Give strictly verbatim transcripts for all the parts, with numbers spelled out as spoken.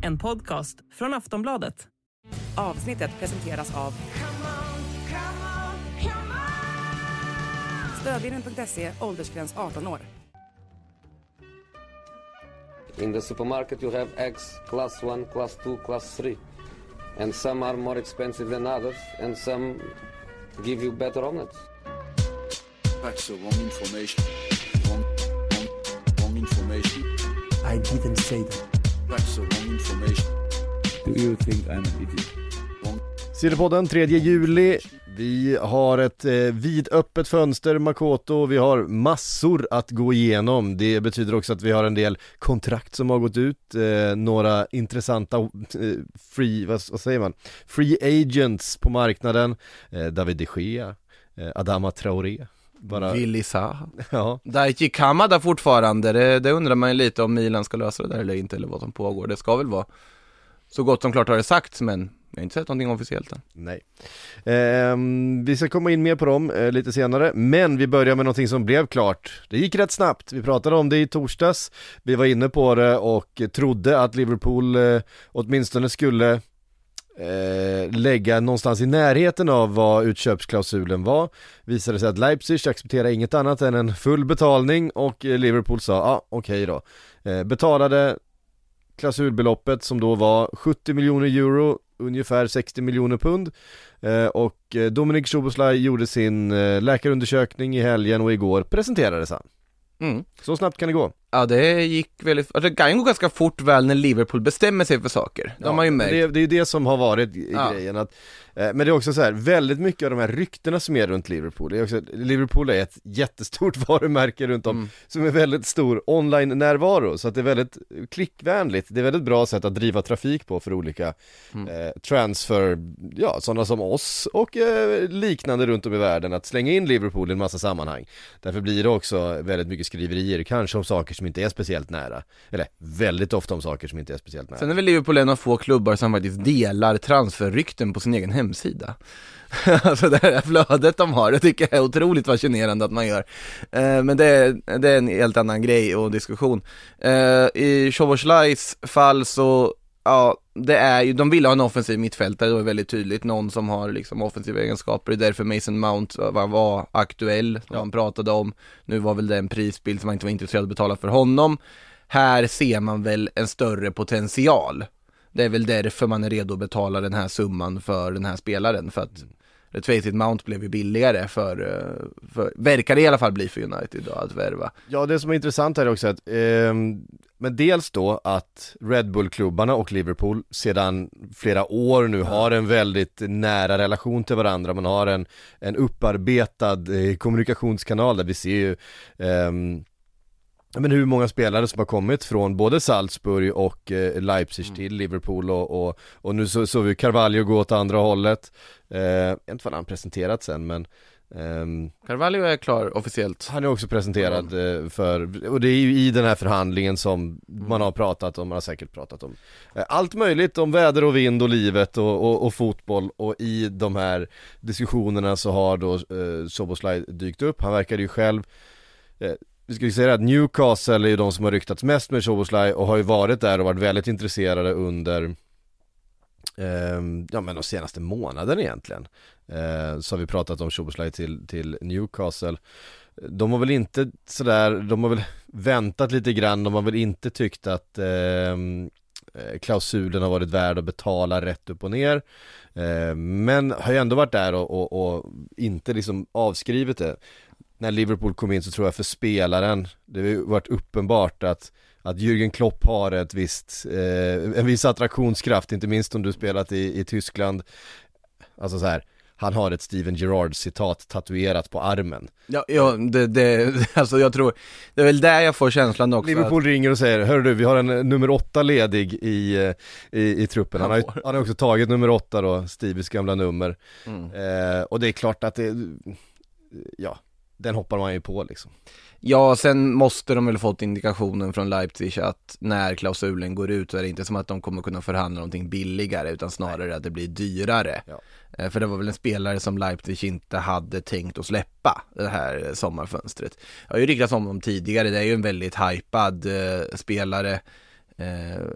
En podcast från Aftonbladet. Avsnittet presenteras av Stödlinjen punkt se, åldersgräns arton år. In the supermarket you have eggs class one, class two, class three. And some are more expensive than others, and some give you better omelets. That's the wrong information. Wrong, wrong, wrong information. I didn't say that. That's the wrong information. Do you think I'm an idiot? Wrong. Sillypodden tredje juli. Vi har ett eh, vidöppet fönster, Makoto. Vi har massor att gå igenom. Det betyder också att vi har en del kontrakt som har gått ut. Eh, några intressanta eh, free, vad, vad säger man? Free agents på marknaden. Eh, David de Gea, eh, Adama Traoré. Bara... Willy Zaha. Ja. Daichi Kamada fortfarande. Det, det undrar man ju lite om Milan ska lösa det där eller inte, eller vad som pågår. Det ska väl vara så gott som klart har det sagt, men jag har inte sett någonting officiellt än. Nej. Eh, vi ska komma in mer på dem eh, lite senare. Men vi börjar med någonting som blev klart. Det gick rätt snabbt. Vi pratade om det i torsdags. Vi var inne på det och trodde att Liverpool eh, åtminstone skulle eh, lägga någonstans i närheten av vad utköpsklausulen var. Visade sig att Leipzig accepterade inget annat än en full betalning. Och eh, Liverpool sa, ja ah, okej okay då. Eh, betalade klausulbeloppet som då var sjuttio miljoner euro, ungefär sextio miljoner pund, eh, och eh, Dominik Szoboszlai gjorde sin eh, läkarundersökning i helgen och igår presenterades han. Mm. Så snabbt kan det gå. Ja, det gick väldigt... Alltså, det kan gå ganska fort väl när Liverpool bestämmer sig för saker. De ja, har ju märkt. Det, det är ju det som har varit ja. grejen. Att, eh, men det är också så här, väldigt mycket av de här ryktena som är runt Liverpool. Det är också, Liverpool är ett jättestort varumärke runt om, mm. som är väldigt stor online-närvaro. Så att det är väldigt klickvänligt. Det är väldigt bra sätt att driva trafik på för olika mm. eh, transfer, ja, sådana som oss och eh, liknande runt om i världen. Att slänga in Liverpool i en massa sammanhang. Därför blir det också väldigt mycket skriverier, kanske om saker som inte är speciellt nära. Eller väldigt ofta om saker som inte är speciellt nära. Sen är väl Liverpool en av få klubbar som faktiskt delar transferrykten på sin egen hemsida. Alltså det här flödet de har, det tycker jag är otroligt fascinerande att man gör. Eh, men det är, det är en helt annan grej och diskussion. Eh, I Szoboszlais fall så, ja, det är ju, de ville ha en offensiv mittfältare, det var väldigt tydligt, någon som har liksom offensiva egenskaper. Det är därför Mason Mount var, var aktuell, som ja. han pratade om. Nu var väl det en prisbild som man inte var intresserad av att betala för honom. Här ser man väl en större potential. Det är väl därför man är redo att betala den här summan för den här spelaren, för att mm. Let's face it, Mount blev ju billigare för, för verkar det i alla fall bli för United då, att värva. Ja, det som är intressant här är också att eh, men dels då att Red Bull-klubbarna och Liverpool sedan flera år nu ja. har en väldigt nära relation till varandra. Man har en, en upparbetad eh, kommunikationskanal där vi ser ju eh, men hur många spelare som har kommit från både Salzburg och eh, Leipzig mm. till Liverpool och, och, och nu så, så vi Carvalho gå åt andra hållet. Eh, inte vad han presenterat sen, men ehm, Carvalho är klar officiellt. Han är också presenterad mm. eh, för, och det är ju i den här förhandlingen som mm. man har pratat om, man har säkert pratat om eh, allt möjligt om väder och vind och livet och, och, och fotboll, och i de här diskussionerna så har då eh, Szoboszlai dykt upp. Han verkade ju själv eh, vi ska ju säga att Newcastle är ju de som har ryktats mest med Szoboszlai och har ju varit där och varit väldigt intresserade under eh, ja, men de senaste månaden egentligen. Eh, så har vi pratat om Szoboszlai till, till Newcastle. De har väl inte sådär, de har väl väntat lite grann, de har väl inte tyckt att eh, klausulen har varit värd att betala rätt upp och ner. Eh, men har ju ändå varit där och, och, och inte liksom avskrivit det. När Liverpool kom in så tror jag för spelaren det har ju varit uppenbart att, att Jürgen Klopp har ett visst, eh, en viss attraktionskraft, inte minst om du spelat i, i Tyskland. Alltså så här, han har ett Steven Gerrard citat tatuerat på armen. Ja, ja det, det, alltså jag tror, det är väl där jag får känslan också. Liverpool att... ringer och säger, hör du, vi har en nummer åtta ledig i, i, i truppen. Han har, han har också tagit nummer åtta då, Steves gamla nummer. Mm. Eh, och det är klart att det, ja, den hoppar man ju på liksom. Ja, sen måste de väl fått indikationen från Leipzig att när klausulen går ut så är det inte som att de kommer kunna förhandla någonting billigare, utan snarare Nej. att det blir dyrare. Ja. För det var väl en spelare som Leipzig inte hade tänkt att släppa det här sommarfönstret. Jag har ju riktats om dem tidigare, det är ju en väldigt hypad eh, spelare. Eh,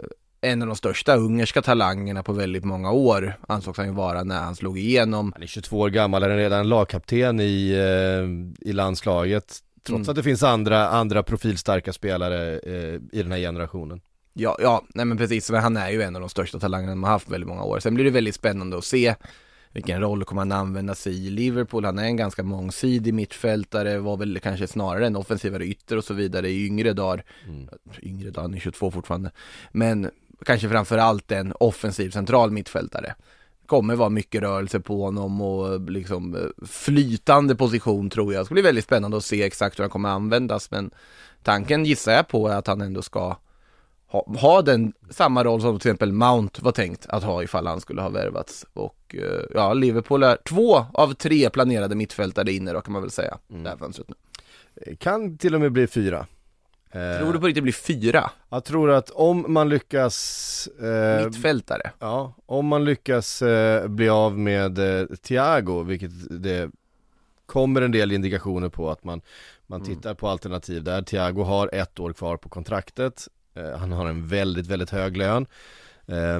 en av de största ungerska talangerna på väldigt många år, ansågs han ju vara när han slog igenom. Han är tjugotvå år gammal, är redan lagkapten i, eh, i landslaget, trots mm. att det finns andra, andra profilstarka spelare eh, i den här generationen. Ja, ja, nej men precis, men han är ju en av de största talangerna man har haft väldigt många år. Sen blir det väldigt spännande att se vilken roll kommer han använda sig i Liverpool. Han är en ganska mångsidig mittfältare, var väl kanske snarare en offensivare ytter och så vidare i yngre dagar. Mm. Yngre dagar, han är tjugotvå fortfarande. Men kanske framförallt en offensiv central mittfältare. Kommer vara mycket rörelse på honom och liksom flytande position, tror jag. Det ska bli väldigt spännande att se exakt hur han kommer användas, men tanken gissar jag på är att han ändå ska ha, ha den samma roll som till exempel Mount var tänkt att ha ifall han skulle ha värvats. Och ja, Liverpool är två av tre planerade mittfältare inne då, kan man väl säga. Mm. Det här fönstret nu. Kan till och med bli fyra. Tror du på riktigt blir fyra? Jag tror att om man lyckas eh, mittfältare. Ja, om man lyckas eh, bli av med eh, Thiago, vilket det kommer en del indikationer på att man, man mm. tittar på alternativ där. Thiago har ett år kvar på kontraktet. Eh, han har en väldigt, väldigt hög lön. Eh,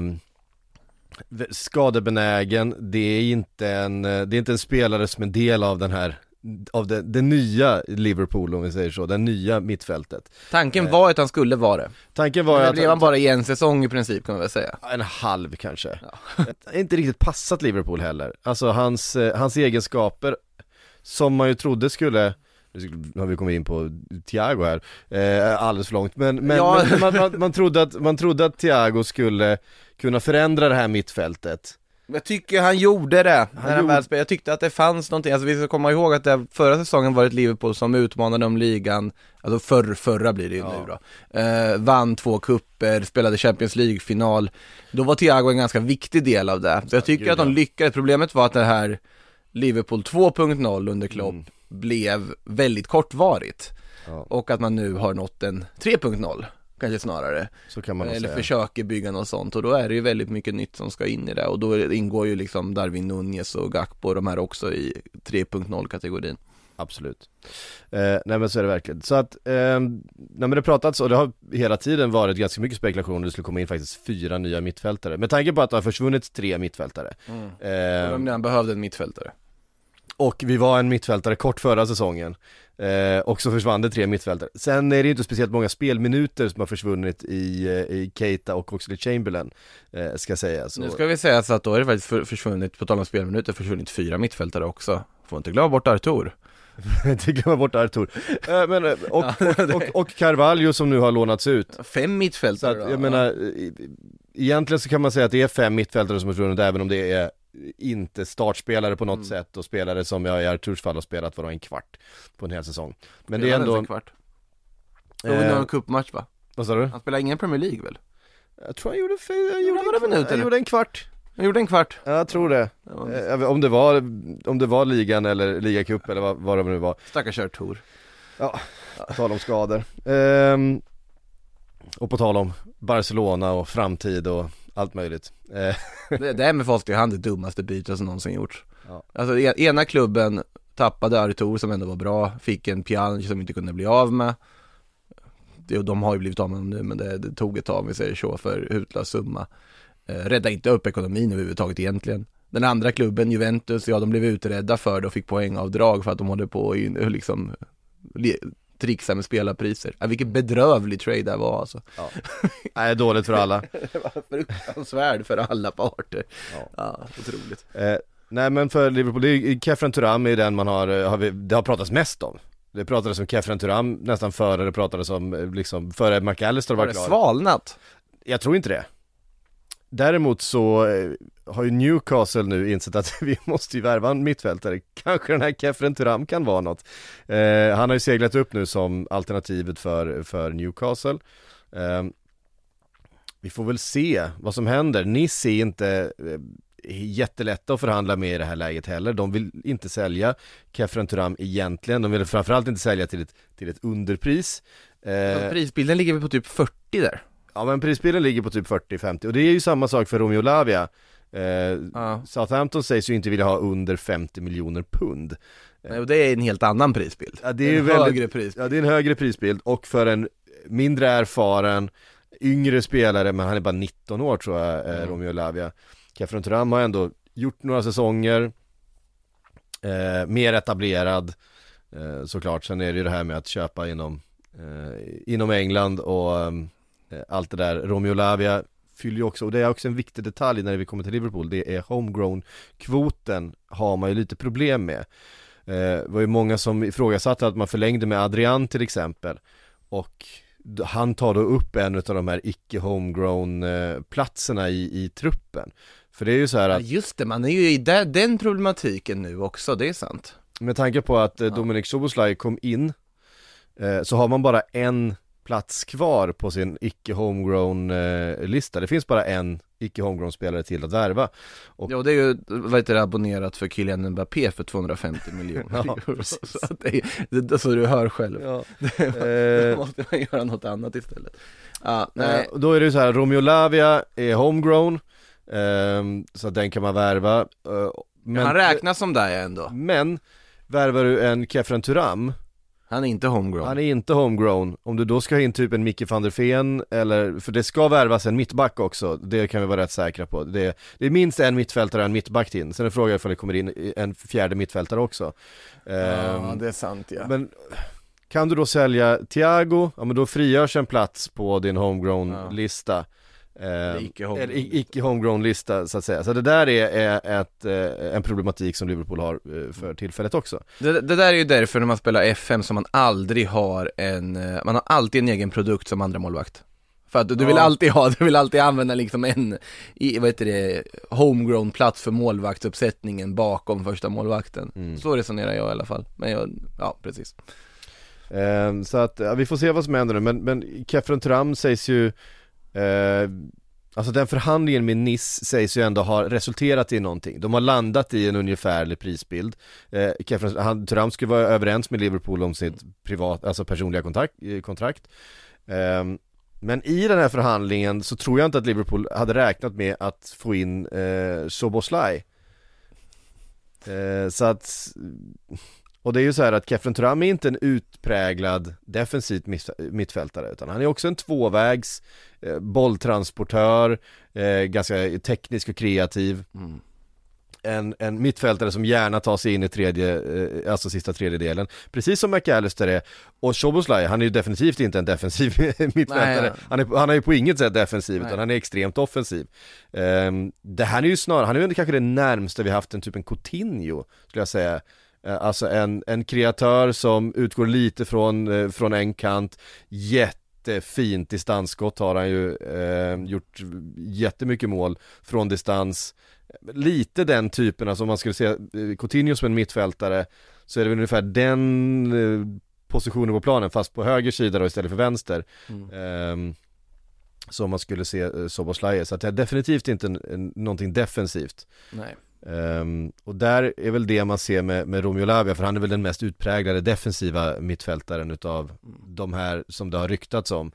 skadebenägen, det är inte en, det är inte en spelare som en del av den här av det, det nya Liverpool, om vi säger så, det nya mittfältet. Tanken var att han skulle vara det. Tanken var det att blev han bara i en säsong i princip, kan man väl säga. En halv kanske. Ja. Inte riktigt passat Liverpool heller. Alltså hans, hans egenskaper som man ju trodde skulle, nu har vi kommit in på Thiago här eh, alldeles för långt, men, men, ja. men man, man, man, trodde att, man trodde att Thiago skulle kunna förändra det här mittfältet. Jag tycker han gjorde det han när han gjorde... väl spelade. Jag tyckte att det fanns någonting. Alltså vi ska komma ihåg att det förra säsongen var ett Liverpool som utmanade om ligan. Alltså förr, förra blir det ju ja. nu då eh, vann två kupper, spelade Champions League-final. Då var Thiago en ganska viktig del av det. Så jag tycker ja, att de lyckades. Problemet var att det här Liverpool två punkt noll under Klopp mm. blev väldigt kortvarigt ja. Och att man nu har nått en tre punkt noll kanske snarare, så kan man eller säga. Försöker bygga något sånt, och då är det ju väldigt mycket nytt som ska in i det, och då ingår ju liksom Darwin Núñez och Gakpo och de här också i tre punkt noll-kategorin. Absolut. Eh, nej men så är det verkligen. Så att, eh, nej men det pratats, och det har hela tiden varit ganska mycket spekulation att det skulle komma in faktiskt fyra nya mittfältare. Med tanke på att det har försvunnit tre mittfältare. Mm. Eh, de behövde en mittfältare. Och vi var en mittfältare kort förra säsongen. Eh, och så försvann det tre mittfältare. Sen är det inte speciellt många spelminuter som har försvunnit i, i Keita och Oxlade-Chamberlain, eh, ska säga. Så. Nu ska vi säga så att då är det faktiskt för, försvunnit, på tal om spelminuter, försvunnit fyra mittfältare också. Får inte glömma bort Artur. Inte glömma bort Artur. Eh, men, och, och, och, och Carvalho som nu har lånats ut. Fem mittfältare. Så att, jag menar, egentligen så kan man säga att det är fem mittfältare som har försvunnit, även om det är inte startspelare på något mm. sätt, och spelare som jag i Arturs fall har spelat var en kvart på en hel säsong. Men spelar det är ändå en kvart. Det var eh... en cupmatch, va? Vad sa du? Han spelar ingen Premier League väl? Jag tror han gjorde för... jag gjorde, en, minut, jag gjorde en kvart. Han gjorde en kvart. Ja, jag tror det. det var... om det var om det var ligan eller ligacup eller vad, vad det nu var. Stackars Artur. Ja, på tal om skador. Ehm... Och på tal om Barcelona och framtid och allt möjligt. det, det är med fast i hand det dummaste bytet som någonsin gjorts. Ja. Alltså ena klubben tappade Artur som ändå var bra, fick en Pjanic som inte kunde bli av med. Det, de har ju blivit av med dem nu, men det, det tog ett tag, om vi säger så, för utlös summa. Eh, rädda inte upp ekonomin överhuvudtaget egentligen. Den andra klubben, Juventus, ja de blev utredda för det och fick poängavdrag för att de håller på och liksom trixa med spelarpriser. Ja, vilket bedrövlig trade det var alltså. Ja. Nej, dåligt för alla. Det var fruktansvärt för alla parter. Ja, ja otroligt. Eh, nej men för Liverpool, det är Kefren Thuram är den man har, har vi, det har pratats mest om. Det pratades om Kefren Thuram nästan före, det pratades om liksom före McAllister var, var klar. Svalnat? Jag tror inte det. Däremot så eh, har ju Newcastle nu insett att vi måste ju värva en mittfältare. Kanske den här Kefren Thuram kan vara något. Eh, han har ju seglat upp nu som alternativet för, för Newcastle. Eh, vi får väl se vad som händer. Nice är inte eh, jättelätta att förhandla med i det här läget heller. De vill inte sälja Kefren Thuram egentligen. De vill framförallt inte sälja till ett, till ett underpris. Eh, prisbilden ligger på typ fyrtio där. Ja, men prisbilden ligger på typ fyrtio femtio. Och det är ju samma sak för Romeo Lavia. Eh, ja. Southampton sägs ju inte vilja ha under femtio miljoner pund. Nej, och det är en helt annan prisbild. Ja, det är en väldigt, högre prisbild. Ja, det är en högre prisbild. Och för en mindre erfaren yngre spelare, men han är bara nitton år tror jag, eh, Mm. Romeo Lavia. Khephren Thuram har ändå gjort några säsonger, eh, mer etablerad, eh, såklart. Sen är det ju det här med att köpa inom, eh, inom England och eh, allt det där. Romeo Lavia fyller ju också, och det är också en viktig detalj när vi kommer till Liverpool, det är homegrown-kvoten har man ju lite problem med. Eh, det var ju många som ifrågasatte att man förlängde med Adrian till exempel, och han tar då upp en av de här icke-homegrown eh, platserna i, i truppen. För det är ju så här att... Ja, just det, man är ju i där, den problematiken nu också, det är sant. Med tanke på att eh, Dominik Szoboszlai kom in, eh, så har man bara en plats kvar på sin icke-homegrown eh, lista. Det finns bara en icke-homegrown-spelare till att värva. Och... Ja, det är ju, vad heter det, abonnerat för Kylian Mbappé för tvåhundrafemtio miljoner. Ja, så, att det är, det, så du hör själv. Ja. Då måste man göra något annat istället. Ja, nej. Eh, då är det ju så här, Romeo Lavia är homegrown, eh, så den kan man värva. Eh, men, Han räknas som där ändå. Men värvar du en Khephren Thuram, Han är inte homegrown. han är inte homegrown. Om du då ska ha in typ en Micke van der Ven, eller, för det ska värvas en mittback också, det kan vi vara rätt säkra på. Det, det är minst en mittfältare och en mittback till. Sen är frågan ifall det kommer in en fjärde mittfältare också. Ja, Ehm, det är sant, ja. Men kan du då sälja Thiago, ja men då frigörs en plats på din homegrown-lista. Eller icke-homegrown. Eller i- icke-homegrown-lista så att säga. Så det där är, är ett, eh, en problematik som Liverpool har eh, för tillfället också. Det, det där är ju därför när man spelar F M som man aldrig har en, eh, man har alltid en egen produkt som andra målvakt. För att du Ja. vill alltid ha, du vill alltid använda liksom en, i, vad heter det, homegrown plats för målvaktsuppsättningen bakom första målvakten. Mm. Så resonerar jag i alla fall. Men jag, ja precis. Eh, så att ja, vi får se vad som händer nu. Men, men Khephren Thuram sägs ju, eh, alltså den förhandlingen med Nice sägs ju ändå ha resulterat i någonting. De har landat i en ungefärlig prisbild. Eh, Khephren, han, Thuram skulle vara överens med Liverpool om sitt privat, alltså personliga kontakt, kontrakt. Eh, men i den här förhandlingen så tror jag inte att Liverpool hade räknat med att få in eh, Szoboszlai. Eh, så att, och det är ju så här att Khephren Thuram är inte en utpräglad defensivt mittfältare, utan han är också en tvåvägs eh, bolltransportör, eh, ganska teknisk och kreativ. Mm. En, en mittfältare som gärna tar sig in i tredje, eh, alltså sista tredjedelen, precis som McAllister är. Och Szoboszlai, han är ju definitivt inte en defensiv mittfältare. Nej, ja. han, är, han är ju på inget sätt defensiv, Nej. utan han är extremt offensiv. Um, det här är ju snarare, han är ju kanske det närmaste vi haft en typ en Coutinho, skulle jag säga. Uh, alltså en, en kreatör som utgår lite från, uh, från en kant, jättefint distansskott har han ju uh, gjort jättemycket mål från distans. Lite den typen, alltså om man skulle säga Coutinho som en mittfältare, så är det väl ungefär den eh, positionen på planen, fast på höger sida då istället för vänster. Mm. Um, så man skulle se eh, Szoboszlai, så att det är definitivt inte en, en, någonting defensivt. Nej. Um, och där är väl det man ser med, med Romeo Lavia, för han är väl den mest utpräglade defensiva mittfältaren utav de här som det har ryktats om.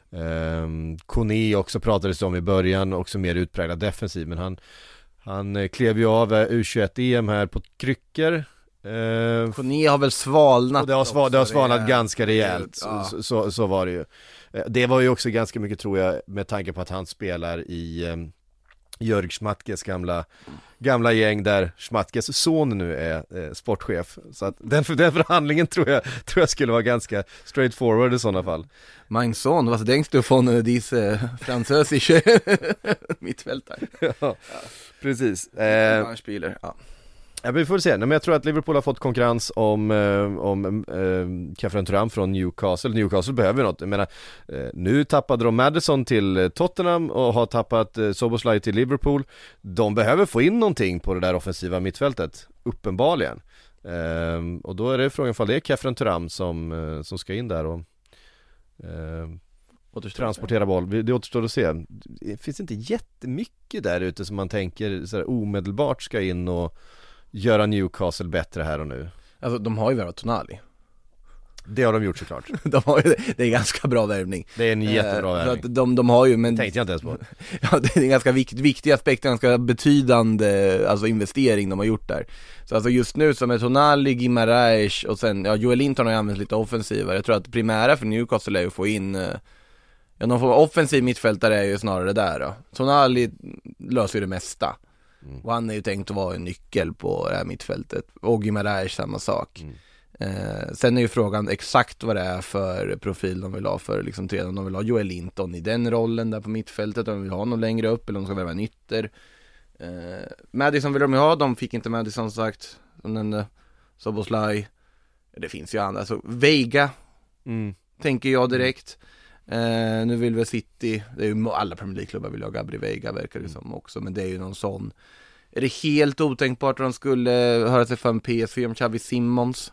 Um, Kone också pratades det om i början, också mer utpräglad defensiv, men han Han klev ju av U tjugoett E M här på kryckor. Eh, Kone har väl svalnat. och det har, sval, det har svalnat också, ganska rejält. Ja. Så, så, så var det ju. Eh, det var ju också ganska mycket, tror jag, med tanke på att han spelar i eh, Jörg Schmatkes gamla, gamla gäng, där Schmatkes son nu är eh, sportchef. Så att den, den förhandlingen tror jag, tror jag skulle vara ganska straightforward i sådana fall. Mein Sohn, was denkst du von diese französische mittfältare? Ja, precis. Eh, Han spelar, ja. Ja, vi får se. Nej, men jag tror att Liverpool har fått konkurrens om, eh, om eh, Khephren Thuram från Newcastle. Newcastle behöver något. Jag menar, eh, nu tappade de Maddison till Tottenham och har tappat eh, Szoboszlai till Liverpool. De behöver få in någonting på det där offensiva mittfältet, uppenbarligen. Eh, och då är det frågan ifall det är Khephren Thuram som, eh, som ska in där och eh, transportera boll. Det återstår att se. Det finns inte jättemycket där ute som man tänker så här, omedelbart ska in och göra Newcastle bättre här och nu. Alltså de har ju värvat Tonali. Det har de gjort såklart. De har ju, det är ganska bra värvning. Det är en jättebra eh, värvning. För att de, de har ju, men Tänkte jag inte ens på. ja, det är en ganska viktig, viktig aspekt, en ganska betydande alltså investering de har gjort där. Så alltså just nu som är Tonali, Guimaraes och sen, ja, Joel Linton har ju använt lite offensivare. Jag tror att primära för Newcastle är att få in eh, Ja, någon form av offensiv mittfältare är ju snarare där då. Tonali löser ju det mesta. Mm. Och han är ju tänkt att vara en nyckel på det här mittfältet. Och Guimaraes samma sak. Mm. Eh, sen är ju frågan exakt vad det är för profil de vill ha för liksom tre. Om de vill ha Joel Linton i den rollen där på mittfältet, om de vill ha någon längre upp eller om de ska värva en ytter. Eh, Madison vill de ju ha, de fick inte Madison sagt. Som nämnde Soboslaj. Det finns ju andra, alltså Veiga mm. tänker jag direkt. Eh, nu vill väl City, det är ju alla Premier League-klubbar vill ha Gabri Veiga verkar det mm. som också, men det är ju någon sån. Är det helt otänkbart att de skulle höra sig för en P S V om Xavi Simons?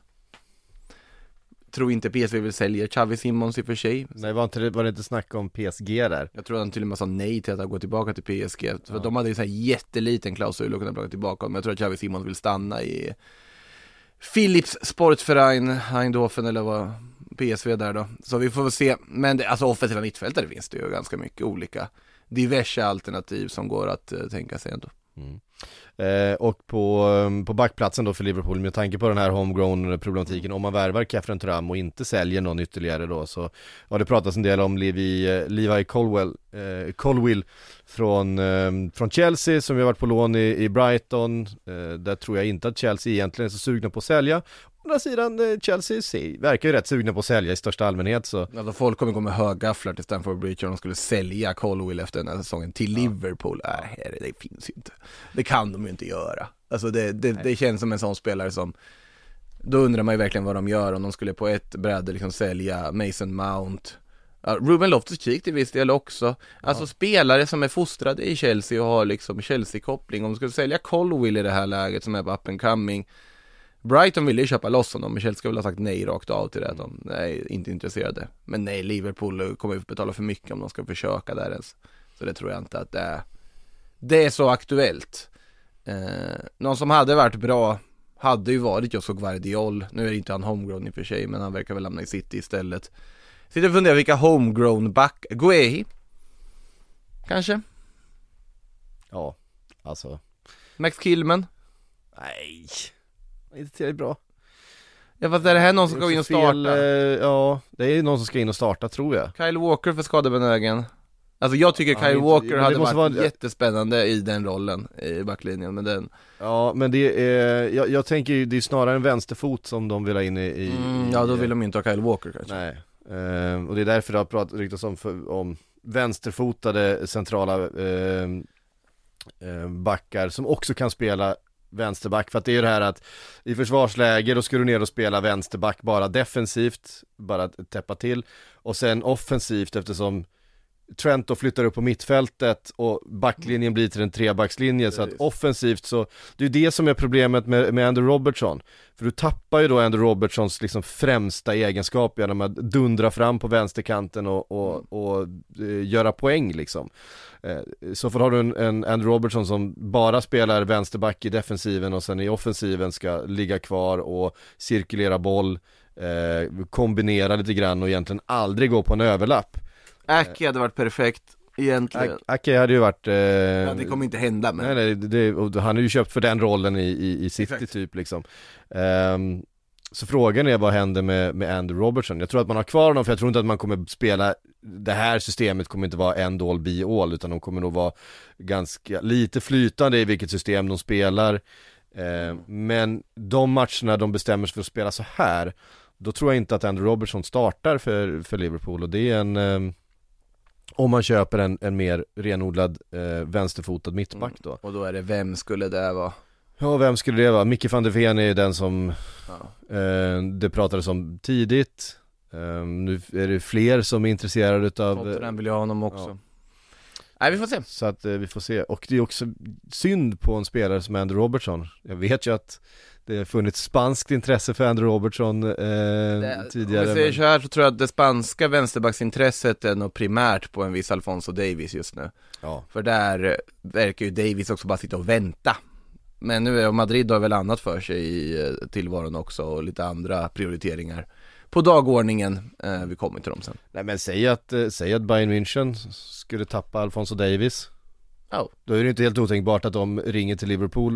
Tror inte P S V vill sälja Xavi Simons i och för sig. Nej, var, inte, var det inte snack om P S G där? Jag tror att han till och med sa nej till att gå tillbaka till P S G. För ja. De hade ju så här jätteliten klausul att kunna plocka tillbaka. Men jag tror att Xavi Simons vill stanna i Philips Sportverein Eindhoven eller vad P S V där då. Så vi får väl se. Men det, alltså offensiva mittfältare finns det ju ganska mycket olika diverse alternativ som går att uh, tänka sig ändå. Mm. Eh, och på, på backplatsen då för Liverpool, med tanke på den här homegrown problematiken, om man värvar Khafren Thuram och inte säljer någon ytterligare då, så har det pratats en del om Levi, Levi Colwell, eh, Colwill från, eh, från Chelsea som har varit på lån i, i Brighton. Eh, där tror jag inte att Chelsea egentligen är så sugna på att sälja. Å andra sidan, Chelsea se, verkar ju rätt sugna på att sälja i största allmänhet. Så. Alltså folk kommer gå med högafflar till Stamford Bridge och de skulle sälja Colwill efter den här säsongen till ja. Liverpool. Nej, äh, det finns ju inte. Det kan de ju inte göra. Alltså det, det, det känns som en sån spelare som, då undrar man ju verkligen vad de gör om de skulle på ett bräde liksom sälja Mason Mount. Ja, Ruben Loftus-Cheek till viss del också. Alltså ja. Spelare som är fostrade i Chelsea och har liksom Chelsea-koppling. Om de skulle sälja Colwill i det här läget som är på up and coming. Brighton ville ju köpa loss honom, men Chelsea skulle ha sagt nej rakt av till det. Att de är inte intresserade. Men nej, Liverpool kommer ju betala för mycket om de ska försöka där ens. Så det tror jag inte att det är. Det är så aktuellt. Eh, någon som hade varit bra hade ju varit Josco Guardiol. Nu är det inte han homegrown i och för sig, men han verkar väl lämna i City istället. Sitter och funderar vilka homegrown back. Guehi kanske? Ja, alltså Max Kilman? Nej, inte tillräckligt bra. Ja, fast är det här någon som ska in och starta? Fel, eh, ja, det är någon som ska in och starta, tror jag. Kyle Walker för skadebenägen. Alltså jag tycker Kyle ja, Walker hade varit vara... jättespännande i den rollen i backlinjen, men den... Ja, men det är, jag, jag tänker ju, det är snarare en vänsterfot som de vill ha in i... i mm, ja, då vill de inte ha Kyle Walker kanske. Nej, uh, och det är därför det har pratat riktats om, för, om vänsterfotade centrala uh, uh, backar som också kan spela vänsterback, för att det är ju det här att i försvarsläge då ska du ner och spela vänsterback bara defensivt, bara täppa till, och sen offensivt eftersom Trent då flyttar upp på mittfältet och backlinjen blir till en trebackslinje. Så att offensivt så, det är ju det som är problemet med, med Andrew Robertson. För du tappar ju då Andrew Robertsons liksom främsta egenskap genom att dundra fram på vänsterkanten och, och, och eh, göra poäng liksom. Eh, så för har du en, en Andrew Robertson som bara spelar vänsterback i defensiven och sen i offensiven ska ligga kvar och cirkulera boll, eh, kombinera lite grann och egentligen aldrig gå på en överlapp. Aki hade varit perfekt egentligen. Aki hade ju varit eh, ja, det kommer inte hända men... Nej, nej, det, och han är ju köpt för den rollen i, i, i City exakt. Typ liksom. um, Så frågan är vad händer med, med Andrew Robertson. Jag tror att man har kvar honom, för jag tror inte att man kommer spela. Det här systemet kommer inte vara end all be all, utan de kommer nog vara ganska lite flytande i vilket system de spelar. uh, Men de matcherna de bestämmer sig för att spela så här, då tror jag inte att Andrew Robertson startar för, för Liverpool. Och det är en um, om man köper en, en mer renodlad eh, vänsterfotad mittback då. Mm. Och då är det, vem skulle det vara? Ja, vem skulle det vara? Micke van der Ven är den som ja. eh, det pratades om tidigt. eh, Nu är det fler som är intresserade utav Tottenham vill jag ha honom också. Ja. Nej, vi får se. Så att eh, vi får se. Och det är också synd på en spelare som Andrew Robertson. Jag vet ju att det har funnits spanskt intresse för Andrew Robertson eh, det, tidigare. Om vi säger men... så här, så tror jag att det spanska vänsterbacksintresset är nog primärt på en viss Alfonso Davies just nu. Ja. För där verkar ju Davies också bara sitta och vänta. Men nu är Madrid har väl annat för sig i tillvaron också och lite andra prioriteringar på dagordningen. Eh, vi kommer till dem sen. Nej, men säg att, eh, säg att Bayern München skulle tappa Alfonso Davies. Oh. Då är det inte helt otänkbart att de ringer till Liverpool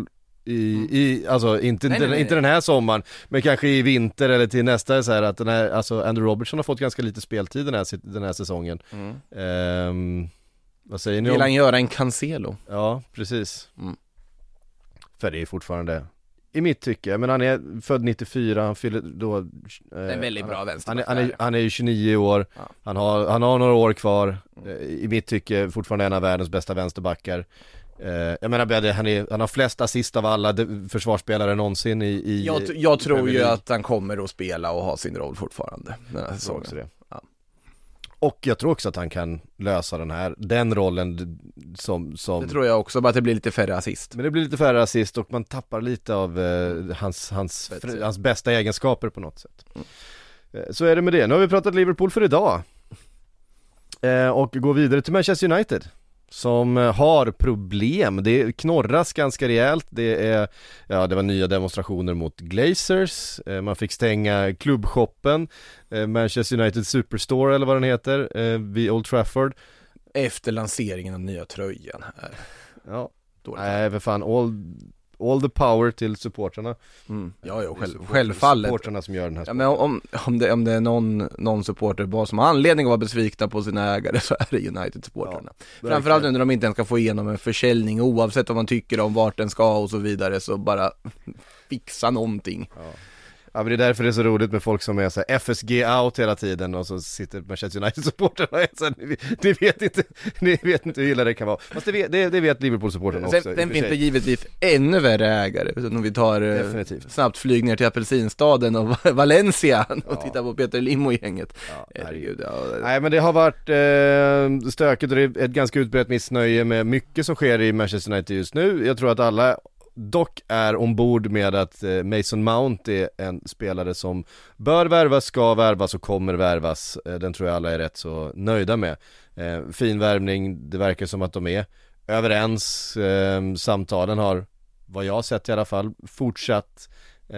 i, i alltså inte, nej, den, nej, nej. inte den här sommaren, men kanske i vinter eller till nästa, så här att den här, alltså Andrew Robertson har fått ganska lite speltid den här, den här säsongen. Mm. Um, vad säger ni om? Vill han göra en Cancelo? Ja, precis. Mm. För det är fortfarande, i mitt tycke, men han är född nittiofyra, han fyller då eh, Det är en väldigt bra vänster. han är, han, är, han är ju tjugonio år, ja. han, har, han har några år kvar, mm. i mitt tycke fortfarande en av världens bästa vänsterbackar. eh, Jag menar, han, är, han har flest assist av alla försvarsspelare någonsin i, i Jag, jag tror ju att han kommer att spela och ha sin roll fortfarande den här säsongen. Det. Ja. Och jag tror också att han kan lösa den här, den rollen som, som... Det tror jag också, bara att det blir lite färre assist. Men det blir lite färre assist och man tappar lite av eh, hans, hans, fr, hans bästa egenskaper på något sätt. Mm. eh, Så är det med det. Nu har vi pratat Liverpool för idag, eh, och går vidare till Manchester United, som har problem. Det knorras ganska rejält. Det är, ja, det var nya demonstrationer mot Glazers. Man fick stänga klubbshoppen, Manchester United Superstore eller vad den heter, vid Old Trafford. Efter lanseringen av nya tröjan här. Ja. Nej, för fan, all, all the power till supportrarna. Mm. Ja, ja, själv, självfallet. Supportrarna som gör den här. Ja, men om, om, det, om det är någon, någon supporter bara som har anledning att vara besvikna på sina ägare, så är det United-supportrarna. Ja, framförallt nu när de inte ens ska få igenom en försäljning, oavsett vad man tycker om vart den ska och så vidare, så bara fixa någonting. Ja. Ja, men det är därför det är så roligt med folk som är så här F S G out hela tiden, och så sitter Manchester United-supporterna och är så här, ni, ni vet inte ni vet inte hur illa det kan vara. Fast det vet, det, det vet Liverpool-supporterna också. Sen, sen finns det givetvis ännu värre ägare, utan om vi tar Definitivt. snabbt flyg ner till Apelsinstaden och Valencia och ja. tittar på Peter Lim och gänget. Ja, herregud. Ja. Nej, men det har varit eh, stökigt, och det är ett ganska utbrett missnöje med mycket som sker i Manchester United just nu. Jag tror att alla dock är ombord med att Mason Mount är en spelare som bör värvas, ska värvas och kommer värvas. Den tror jag alla är rätt så nöjda med. Fin värvning, det verkar som att de är överens. Samtalen har, vad jag har sett i alla fall, fortsatt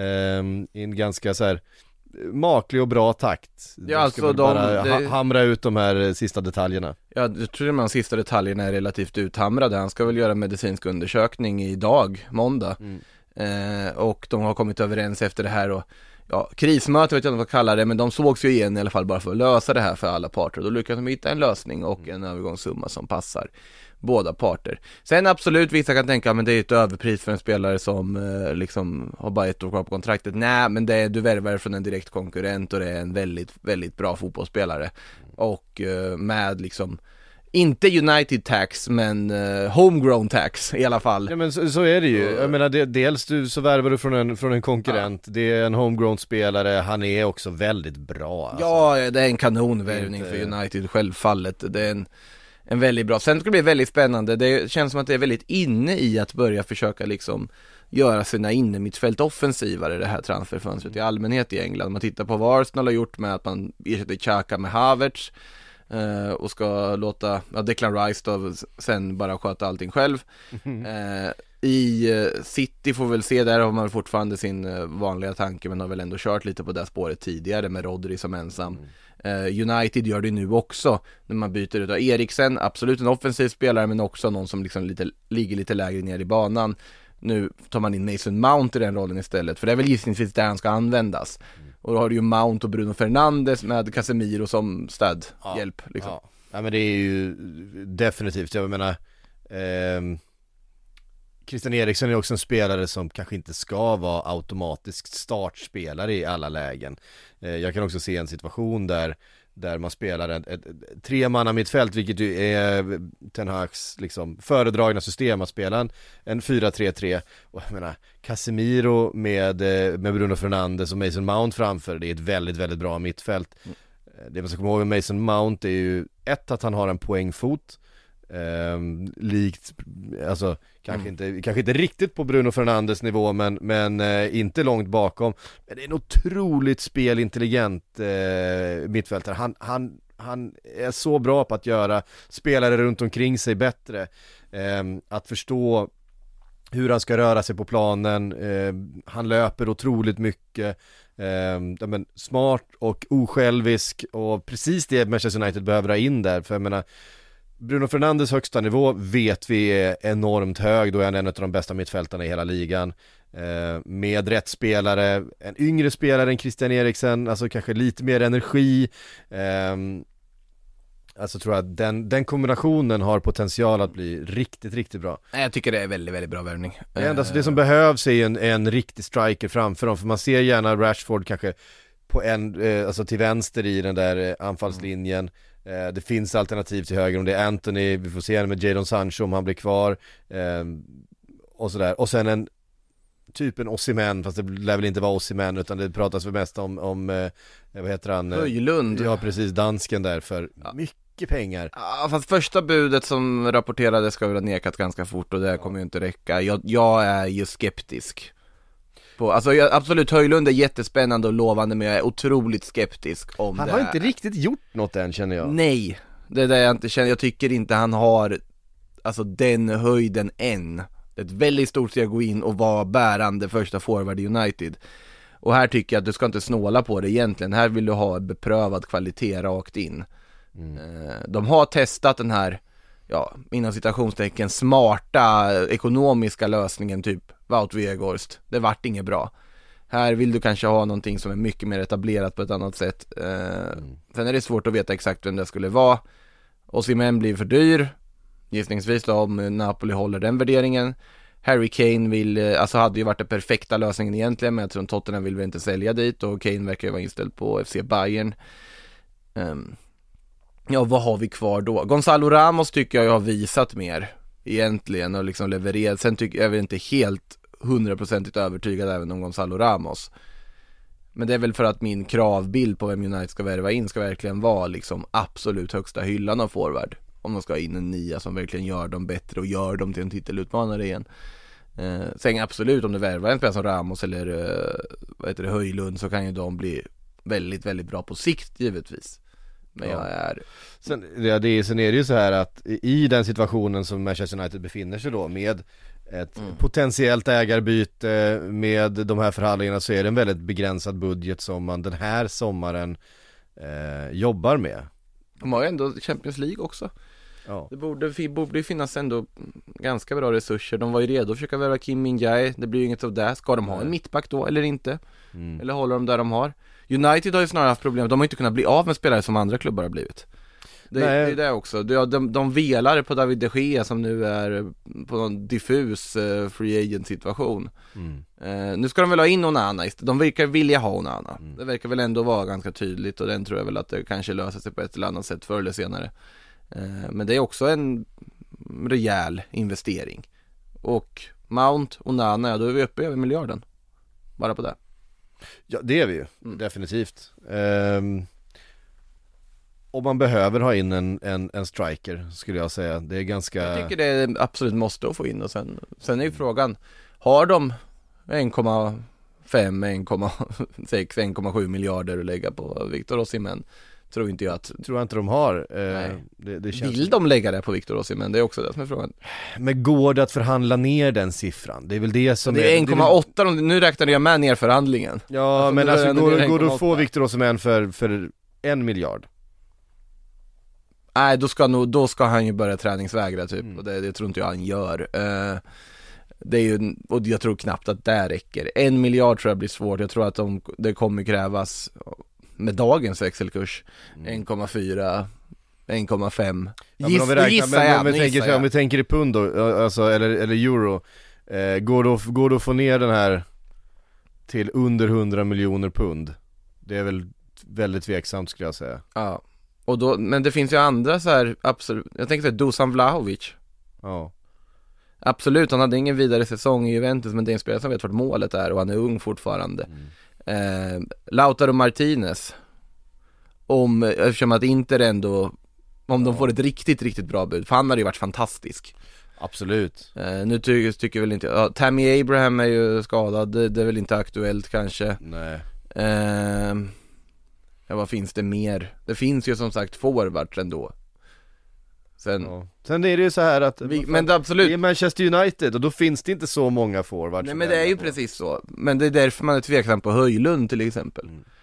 i en ganska så här maklig och bra takt. Ja, alltså de, bara det... hamra ut de här sista detaljerna. Ja, jag tror att de sista detaljerna är relativt uthamrade. Han ska väl göra medicinsk undersökning idag, måndag. Mm. Eh, och de har kommit överens efter det här, och ja, krismöte vet jag inte vad kallar det, men de sågs ju igen i alla fall bara för att lösa det här för alla parter. Då lyckas de hitta en lösning och en övergångssumma som passar båda parter. Sen absolut, vissa kan tänka, men det är ett överpris för en spelare som eh, liksom har bara ett år kvar på kontraktet. Nej, men det är, du värvar från en direkt konkurrent, och det är en väldigt, väldigt bra fotbollsspelare. Och eh, med liksom inte United tax, men uh, homegrown tax i alla fall. Ja, men så, så är det ju. Jag menar, det, dels du, så värvar du från en, från en konkurrent. Ja. Det är en homegrown spelare. Han är också väldigt bra. Alltså. Ja, det är en kanonvärvning för United, självfallet. Det är en, en väldigt bra. Sen ska det bli väldigt spännande. Det känns som att det är väldigt inne i att börja försöka liksom göra sina innermittfält offensivare, det här transferfönstret i allmänhet i England. Man tittar på vad Arsenal har gjort med att man ersätter Xhaka med Havertz. Uh, och ska låta ja, Declan Rice då, sen bara sköta allting själv. Mm. Uh, I uh, City får vi väl se, där har man fortfarande sin uh, vanliga tanke, men har väl ändå kört lite på det spåret tidigare med Rodri som ensam. Mm. Uh, United gör det nu också när man byter ut av Eriksen, absolut en offensiv spelare, men också någon som liksom lite, ligger lite lägre ner i banan. Nu tar man in Mason Mount i den rollen istället, för det är väl gissningsvis där han ska användas. Mm. Och då har du ju Mount och Bruno Fernandes med Casemiro som stödhjälp. Ja, liksom. ja. ja, men det är ju definitivt, jag menar eh, Christian Eriksen är också en spelare som kanske inte ska vara automatiskt startspelare i alla lägen. Eh, jag kan också se en situation där där man spelar ett, ett, ett tre manna mittfält, vilket ju är Ten Hags liksom föredragna system, att spela en, en fyra tre tre, och jag menar Casemiro med, med Bruno Fernandes och Mason Mount framför, det är ett väldigt, väldigt bra mittfält. Mm. Det man ska komma ihåg med Mason Mount är ju ett, att han har en poängfot, Um, likt, alltså kanske, mm. inte, kanske inte riktigt på Bruno Fernandes nivå, men, men uh, inte långt bakom. Men det är en otroligt spelintelligent uh, mittfältare. Han, han, han är så bra på att göra spelare runt omkring sig bättre, um, att förstå hur han ska röra sig på planen. Uh, han löper otroligt mycket. Uh, men smart och osjälvisk, och precis det Manchester United behöver ha in där, för jag menar, Bruno Fernandes högsta nivå vet vi är enormt hög, då är han en av de bästa mittfältarna i hela ligan. Eh, med rätt spelare, en yngre spelare än Christian Eriksen, alltså kanske lite mer energi. Eh, alltså tror jag att den, den kombinationen har potential att bli riktigt, riktigt bra. Jag tycker det är väldigt, väldigt bra värvning. Det, enda, alltså det som behövs är en, en riktig striker framför dem, för man ser gärna Rashford kanske på en, eh, alltså till vänster i den där eh, anfallslinjen. Eh, det finns alternativ till höger, om det är Anthony, vi får se henne med Jadon Sancho om han blir kvar. Eh, och sådär. Och sen en typ en Osimhen, fast det lär väl inte vara Osimhen, utan det pratas väl mest om, om eh, vad heter han? Höjlund. Ja, precis, dansken där för ja. mycket pengar. Ja, fast första budet som rapporterades ska väl ha nekat ganska fort, och det kommer ju inte räcka. Jag, jag är ju skeptisk. På, alltså jag, absolut, Höjlund är jättespännande och lovande, men jag är otroligt skeptisk om han det. Han har inte riktigt gjort något än, känner jag. Nej, det är det jag inte känner. Jag tycker inte han har alltså den höjden än. Det är ett väldigt stort steg att gå in och vara bärande första forward i United. Och här tycker jag att du ska inte snåla på det egentligen. Här vill du ha beprövad kvalitet rakt in. Mm. De har testat den här, ja, inom citationstecken, smarta ekonomiska lösningen, typ Wout Weghorst. Det vart inget bra. Här vill du kanske ha någonting som är mycket mer etablerat på ett annat sätt. Mm. Sen är det svårt att veta exakt vem det skulle vara. Osimhen blir för dyr, gissningsvis då, om Napoli håller den värderingen. Harry Kane vill, alltså hade ju varit den perfekta lösningen egentligen, men jag tror att Tottenham vill väl inte sälja dit, och Kane verkar ju vara inställd på F C Bayern. Um, ja, vad har vi kvar då? Gonzalo Ramos tycker jag har visat mer egentligen och liksom levererat. Sen tycker jag väl inte helt hundraprocentigt övertygad även om Gonzalo Ramos. Men det är väl för att min kravbild på vem United ska värva in ska verkligen vara liksom absolut högsta hyllan av forward. Om de ska ha in en nia som verkligen gör dem bättre och gör dem till en titelutmanare igen. Eh, sen absolut, om du värvar en spelare som Ramos eller eh, vad heter det, Höjlund, så kan ju de bli väldigt, väldigt bra på sikt givetvis. Men ja. jag är... Sen, ja, det är, sen är det ju så här att i den situationen som Manchester United befinner sig då, med ett mm. potentiellt ägarbyte, med de här förhandlingarna, så är det en väldigt begränsad budget som man den här sommaren eh, jobbar med. De har ju ändå Champions League också. Ja. Det borde, borde finnas ändå ganska bra resurser. De var ju redo att försöka värva Kim Min-jae. Det blir ju inget av det. Ska de ha en mittback då eller inte? Mm. Eller håller de där de har? United har ju snarare haft problem. De har inte kunnat bli av med spelare som andra klubbar har blivit. Det, det är det också. De, de, de velar på David de Gea som nu är på någon diffus uh, free agent situation. Mm. Uh, nu ska de väl ha in Onana istället. De verkar vilja ha Onana. Mm. Det verkar väl ändå vara ganska tydligt, och den tror jag väl att det kanske löser sig på ett eller annat sätt förr eller senare. Uh, men det är också en rejäl investering. Och Mount, Onana, ja, då är vi uppe över miljarden. Bara på det. Ja, det är vi ju. Mm. Definitivt. Um... Och man behöver ha in en, en, en striker, skulle jag säga. Det är ganska... Jag tycker det är absolut måste att få in. Och sen, sen är ju frågan, har de en komma fem, en komma sex, en komma sju miljarder att lägga på Victor Osimhen? Tror inte jag att... Tror jag inte de har. Nej. Det, det känns Vill de lägga det på Victor Osimhen? Det är också det som är frågan. Men går det att förhandla ner den siffran? Det är väl det som det är... en komma åtta, det är... nu räknade jag med ner förhandlingen. Ja, alltså, men alltså går, går du att få Victor Osimhen för, för en miljard? Nej, då ska, nog, då ska han ju börja träningsvägra typ, mm. och det, det tror inte jag han gör. Uh, det är ju, och jag tror knappt att det räcker. En miljard tror jag blir svårt. Jag tror att de, det kommer krävas med dagens växelkurs mm. en komma fyra, en komma fem. Ja, Giss, om vi räknar, gissa men, jag, om, vi tänker, jag. om vi tänker i pund då, alltså, eller, eller euro, eh, går, det att, går det att få ner den här till under hundra miljoner pund? Det är väl väldigt tveksamt, skulle jag säga. Ja. Och då, men det finns ju andra så här, absolut. Jag tänker så här, Dusan Vlahovic. Ja. Absolut, han hade ingen vidare säsong i Juventus, men det är en spelare som vet vart målet är, och han är ung fortfarande. Mm. Eh, Lautaro Martinez. Om, eftersom att Inter ändå, om ja. de får ett riktigt, riktigt bra bud, för han har ju varit fantastisk. Absolut. Eh, nu ty- tycker jag väl inte, ja, Tammy Abraham är ju skadad, det, det är väl inte aktuellt kanske. Nej. Eh, Ja, vad finns det mer? Det finns ju som sagt forwards ändå. Sen, ja. Sen är det ju så här att vi, men det, absolut. det är Manchester United, och då finns det inte så många forwards. Nej, men det är ju på. precis så. Men det är därför man är tveksam på Höjlund till exempel.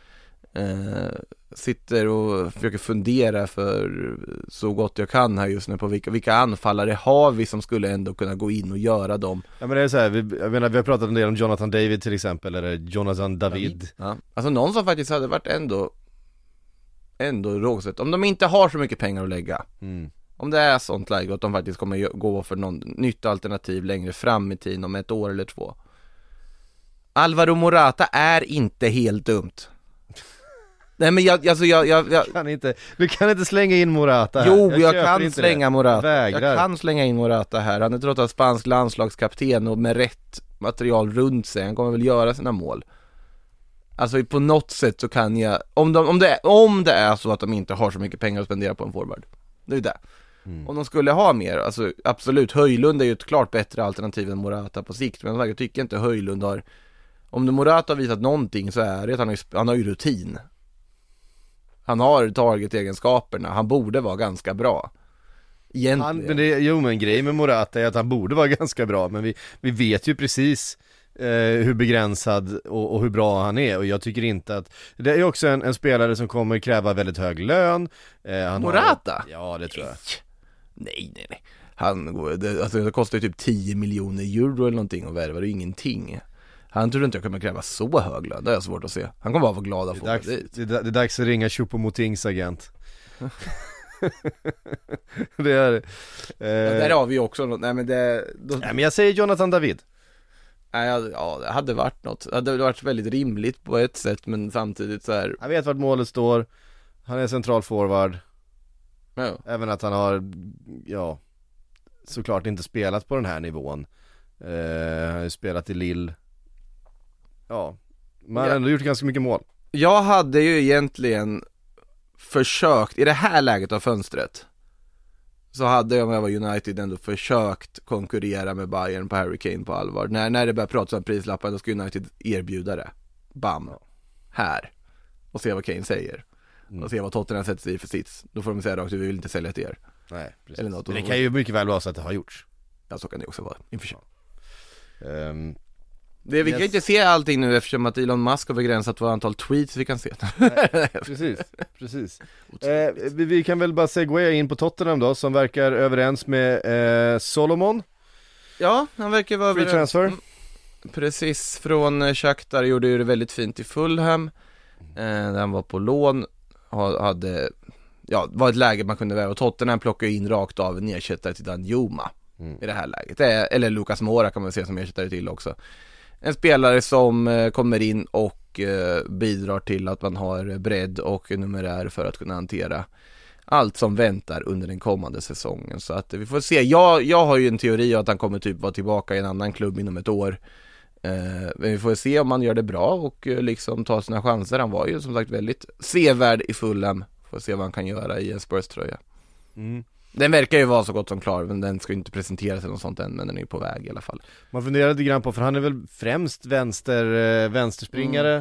eh, sitter och försöker fundera för så gott jag kan här just nu på vilka, vilka anfallare har vi som skulle ändå kunna gå in och göra dem. Ja, men det är så här, vi, jag menar, vi har pratat en del om Jonathan David till exempel, eller Jonathan David. Ja. Alltså någon som faktiskt hade varit ändå ändå rågsett. Om de inte har så mycket pengar att lägga. Mm. Om det är sånt läge att de faktiskt kommer gå för någon nytt alternativ längre fram i tiden om ett år eller två. Alvaro Morata är inte helt dumt. Nej men jag, alltså jag, jag, jag... Kan inte, du kan inte slänga in Morata här. Jo, jag, jag kan slänga det. Morata. Vägrar. Jag kan slänga in Morata här. Han är trots allt spansk landslagskapten och med rätt material runt sig. Han kommer väl göra sina mål. Alltså på något sätt så kan jag, om, de, om, det, är, om det är så att de inte har så mycket pengar att spendera på en forward. Det är det. Mm. Om de skulle ha mer, alltså absolut, Höjlund är ju ett klart bättre alternativ än Morata på sikt. Men jag tycker inte Höjlund har, om det Morata har visat någonting så är det att han har, han har ju rutin. Han har target-egenskaperna, han borde vara ganska bra. Egentligen. Han, men det, jo men grejen med Morata är att han borde vara ganska bra, men vi, vi vet ju precis eh, hur begränsad och, och hur bra han är, och jag tycker inte att det är också en, en spelare som kommer kräva väldigt hög lön. eh, han Morata? Har, ja det tror jag. Nej, nej, nej. Han går, det, alltså det kostar ju typ tio miljoner euro eller någonting och värva, det är ingenting. Han tror inte jag kommer kräva så hög lön, det är svårt att se. Han kommer bara vara glad att få det. Dags, det, det är dags att ringa Choupo-Motings agent. Det är det. Eh, ja, där har vi också något. Nej men det då... Nej men jag säger Jonathan David. Nej, ja, det hade varit något. Det hade varit väldigt rimligt på ett sätt, men samtidigt så här. Jag vet vart målet står. Han är central forward. Ja. Även att han har, ja, såklart inte spelat på den här nivån. Eh, han har ju spelat i Lille. Ja, man har ja. ändå gjort ganska mycket mål. Jag hade ju egentligen försökt, i det här läget av fönstret så hade jag, om jag var United, ändå försökt konkurrera med Bayern på Harry Kane på allvar. När, när det börjar prata om prislappen, då ska United erbjuda det. Bam, här. Och se vad Kane säger. Mm. Och se vad Tottenham sätter sig i för sits. Då får de säga rakt, vi vill inte sälja till er. Nej, precis. Eller något. Men det kan ju mycket väl vara så att det har gjorts. Ja, så kan det också vara, inför sig. Um, Det, vi yes. kan inte se allting nu eftersom att Elon Musk har begränsat vad antal tweets vi kan se. Nej, precis, precis. Eh, vi, vi kan väl bara segwaya in på Tottenham då, som verkar överens med eh, Solomon. Ja, han verkar vara Free överens. transfer. Mm. Precis, från Shakhtar, gjorde ju det väldigt fint i Fulham. Eh, där han var på lån. Hade, ja, var ett läge man kunde vara. Och Tottenham plockade in rakt av en ersättare till Danjuma mm. i det här läget. Det är, eller Lucas Moura kan man se som ersättare till också. En spelare som eh, kommer in och eh, bidrar till att man har bredd och numerär för att kunna hantera allt som väntar under den kommande säsongen. Så att vi får se. Jag, jag har ju en teori att han kommer typ vara tillbaka i en annan klubb inom ett år. Eh, men vi får se om han gör det bra och eh, liksom ta sina chanser. Han var ju som sagt väldigt sevärd i Fulham. Får se vad han kan göra i en Spurs-tröja. Mm. Den verkar ju vara så gott som klar, men den ska ju inte presenteras eller något sånt än, men den är ju på väg i alla fall. Man funderar lite grann på, för han är väl främst vänster, eh, vänsterspringare.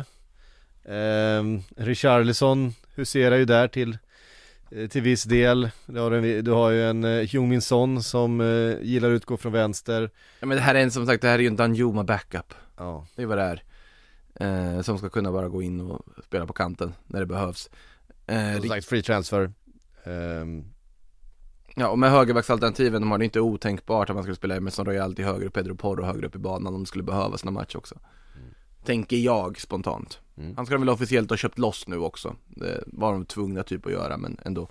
Mm. Eh, Richarlison huserar ju där till, eh, till viss del. Du har, en, du har ju en eh, Heung-min Son som eh, gillar att utgå från vänster. Ja, men det här är en, som sagt, det här är ju en Danjuma backup. Ja. Det är vad det är. Eh, som ska kunna bara gå in och spela på kanten när det behövs. Eh, som sagt, free transfer. Um... Ja, och med högerbacksalternativen, de har det inte otänkbart att man skulle spela Emerson Royal till höger och Pedro Porro högre upp i banan om det skulle behövas någon match också. Mm. Tänker jag spontant. Mm. Han ska väl officiellt ha köpt loss nu också. Det var de tvungna typ att göra, men ändå.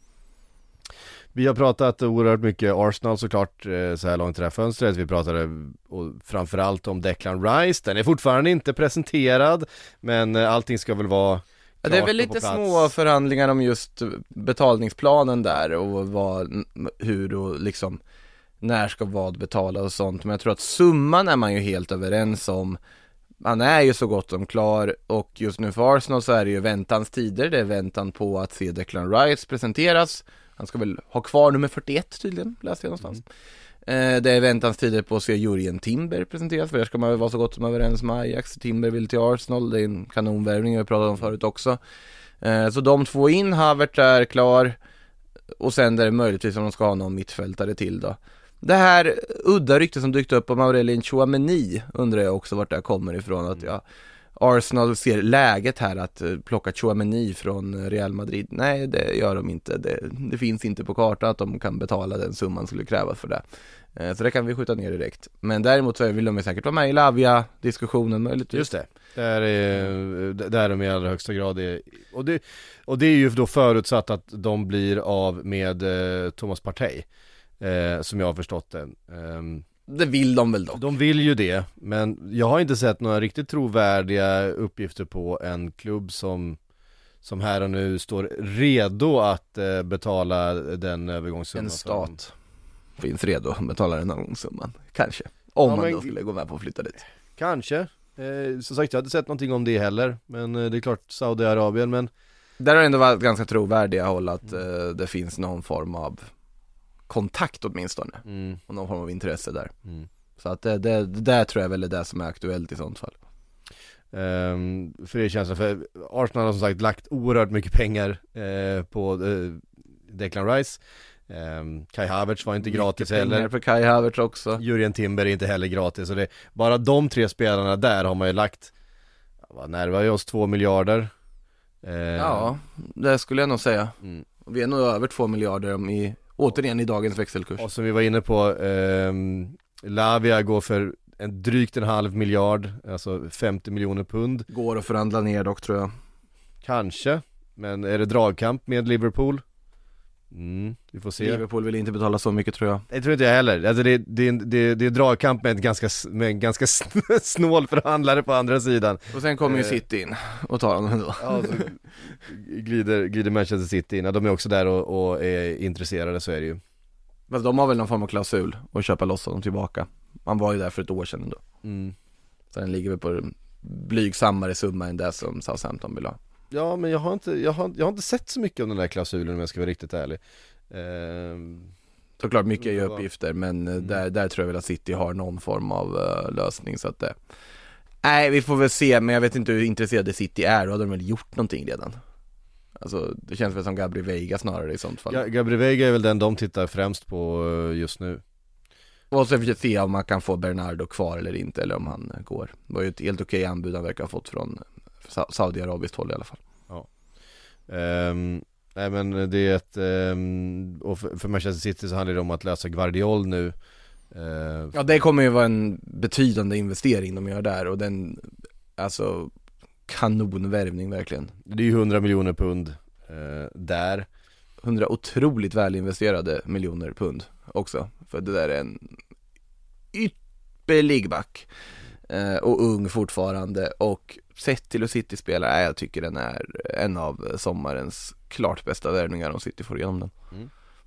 Vi har pratat oerhört mycket Arsenal såklart så här långt i det här fönstret. Vi pratade och framförallt om Declan Rice. Den är fortfarande inte presenterad, men allting ska väl vara... Ja, det är väl lite små förhandlingar om just betalningsplanen där och vad, hur och liksom när ska vad betala och sånt. Men jag tror att summan är man ju helt överens om. Han är ju så gott som klar, och just nu för Arsenal så är det ju väntans tider. Det är väntan på att se Declan Rice presenteras. Han ska väl ha kvar nummer fyrtioett tydligen, läste jag någonstans. Mm. Det är väntans tider på att se Jurien Timber presenteras, för där ska man väl vara så gott som överens med Ajax. Timber vill till Arsenal, det är en kanonvärvning, jag pratade om förut också. Så de två in, Havertz är klar, och sen är det möjligtvis om de ska ha någon mittfältare till då. Det här udda ryktet som dykt upp om Aurelien Tchouameni undrar jag också vart det kommer ifrån. Att ja, Arsenal ser läget här att plocka Tchouaméni från Real Madrid. Nej, det gör de inte. Det, det finns inte på kartan att de kan betala den summan skulle krävas för det. Så det kan vi skjuta ner direkt. Men däremot så vill de ju säkert vara med i Lavia-diskussionen möjligtvis. Just det. Där är, där är de i allra högsta grad. Är, och, det, och det är ju då förutsatt att de blir av med eh, Thomas Partey. Eh, som jag har förstått det. Um, det vill de väl dock. De vill ju det. Men jag har inte sett några riktigt trovärdiga uppgifter på en klubb som, som här och nu står redo att eh, betala den övergångssumman. En stat finns redo att betala den övergångssumman. Kanske. Om ja, man men, då skulle gå med på att flytta dit. Kanske. Eh, som sagt, jag hade sett någonting om det heller. Men eh, det är klart Saudiarabien, men där har det ändå varit ganska trovärdiga håll att mm. eh, det finns någon form av kontakt åtminstone. Mm. Och någon form av intresse där. Mm. Så att det, det, det där tror jag väl är det som är aktuellt i sånt fall. Um, för det känns för Arsenal har som sagt lagt oerhört mycket pengar eh, på eh, Declan Rice. Um, Kai Havertz var inte mycket gratis heller. För Kai Havertz också. Jurgen Timber är inte heller gratis. Så det, bara de tre spelarna där har man ju lagt, vad närmar oss två miljarder. Uh, ja, det skulle jag nog säga. Mm. Vi är nog över två miljarder om i, återigen i dagens växelkurs. Och som vi var inne på, um, Lavia går för en drygt en halv miljard, alltså femtio miljoner pund. Går att förhandla ner dock tror jag. Kanske, men är det dragkamp med Liverpool? Mm, vi får se. Liverpool vill inte betala så mycket tror jag. Det tror inte jag heller. Alltså det, det, det, det är dragkamp med, ett ganska, med en ganska snål förhandlare på andra sidan. Och sen kommer ju City in och tar honom ändå. Ja, så glider, glider Manchester City in. Ja, de är också där och, och är intresserade, så är det ju. Men de har väl någon form av klausul och köpa loss honom tillbaka. Man var ju där för ett år sedan ändå. Mm. Så den ligger väl på blygsammare summa än det som Southampton vill ha. Ja, men jag har inte, jag har, jag har inte sett så mycket om den där klausulen om jag ska vara riktigt ärlig. Ehm, Såklart mycket är ju uppgifter, men mm. där, där tror jag väl att City har någon form av uh, lösning så att det... Nej, vi får väl se, men jag vet inte hur intresserade City är. Då hade de väl gjort någonting redan. Alltså, det känns väl som Gabriel Veiga snarare i sånt fall. Ja, Gabriel Veiga är väl den de tittar främst på just nu. Och så får vi se om man kan få Bernardo kvar eller inte, eller om han går. Det var ju ett helt okej anbud han verkar ha fått från Saudiarabiskt håll i alla fall. Ja. Um, nej men det är ett um, och för, för Manchester City så handlar det om att lösa Guardiol nu. Uh, ja, det kommer ju vara en betydande investering de gör där, och den, alltså kanonvärvning verkligen. Det är ju hundra miljoner pund uh, där. hundra otroligt väl investerade miljoner pund också, för det där är en ypperlig back. Uh, och ung fortfarande, och sett till hur City spelar, jag tycker den är en av sommarens klart bästa värvningar om City får igenom den. Mm.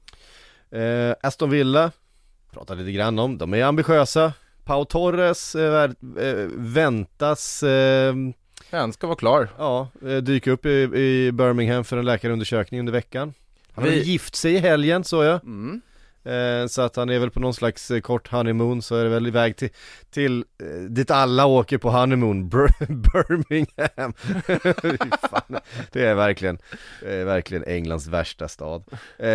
Eh, Aston Villa pratar lite grann om, de är ambitiösa. Pau Torres eh, eh, väntas eh, han ska vara klar. Ja, eh, dyka upp i, i Birmingham för en läkarundersökning under veckan. Han har Vi... gift sig i helgen, så jag. Mm. Eh, så att han är väl på någon slags eh, kort honeymoon, så är det väl iväg till, till eh, dit alla åker på honeymoon, Bir- Birmingham. Fan, det är verkligen det är verkligen Englands värsta stad. Eh,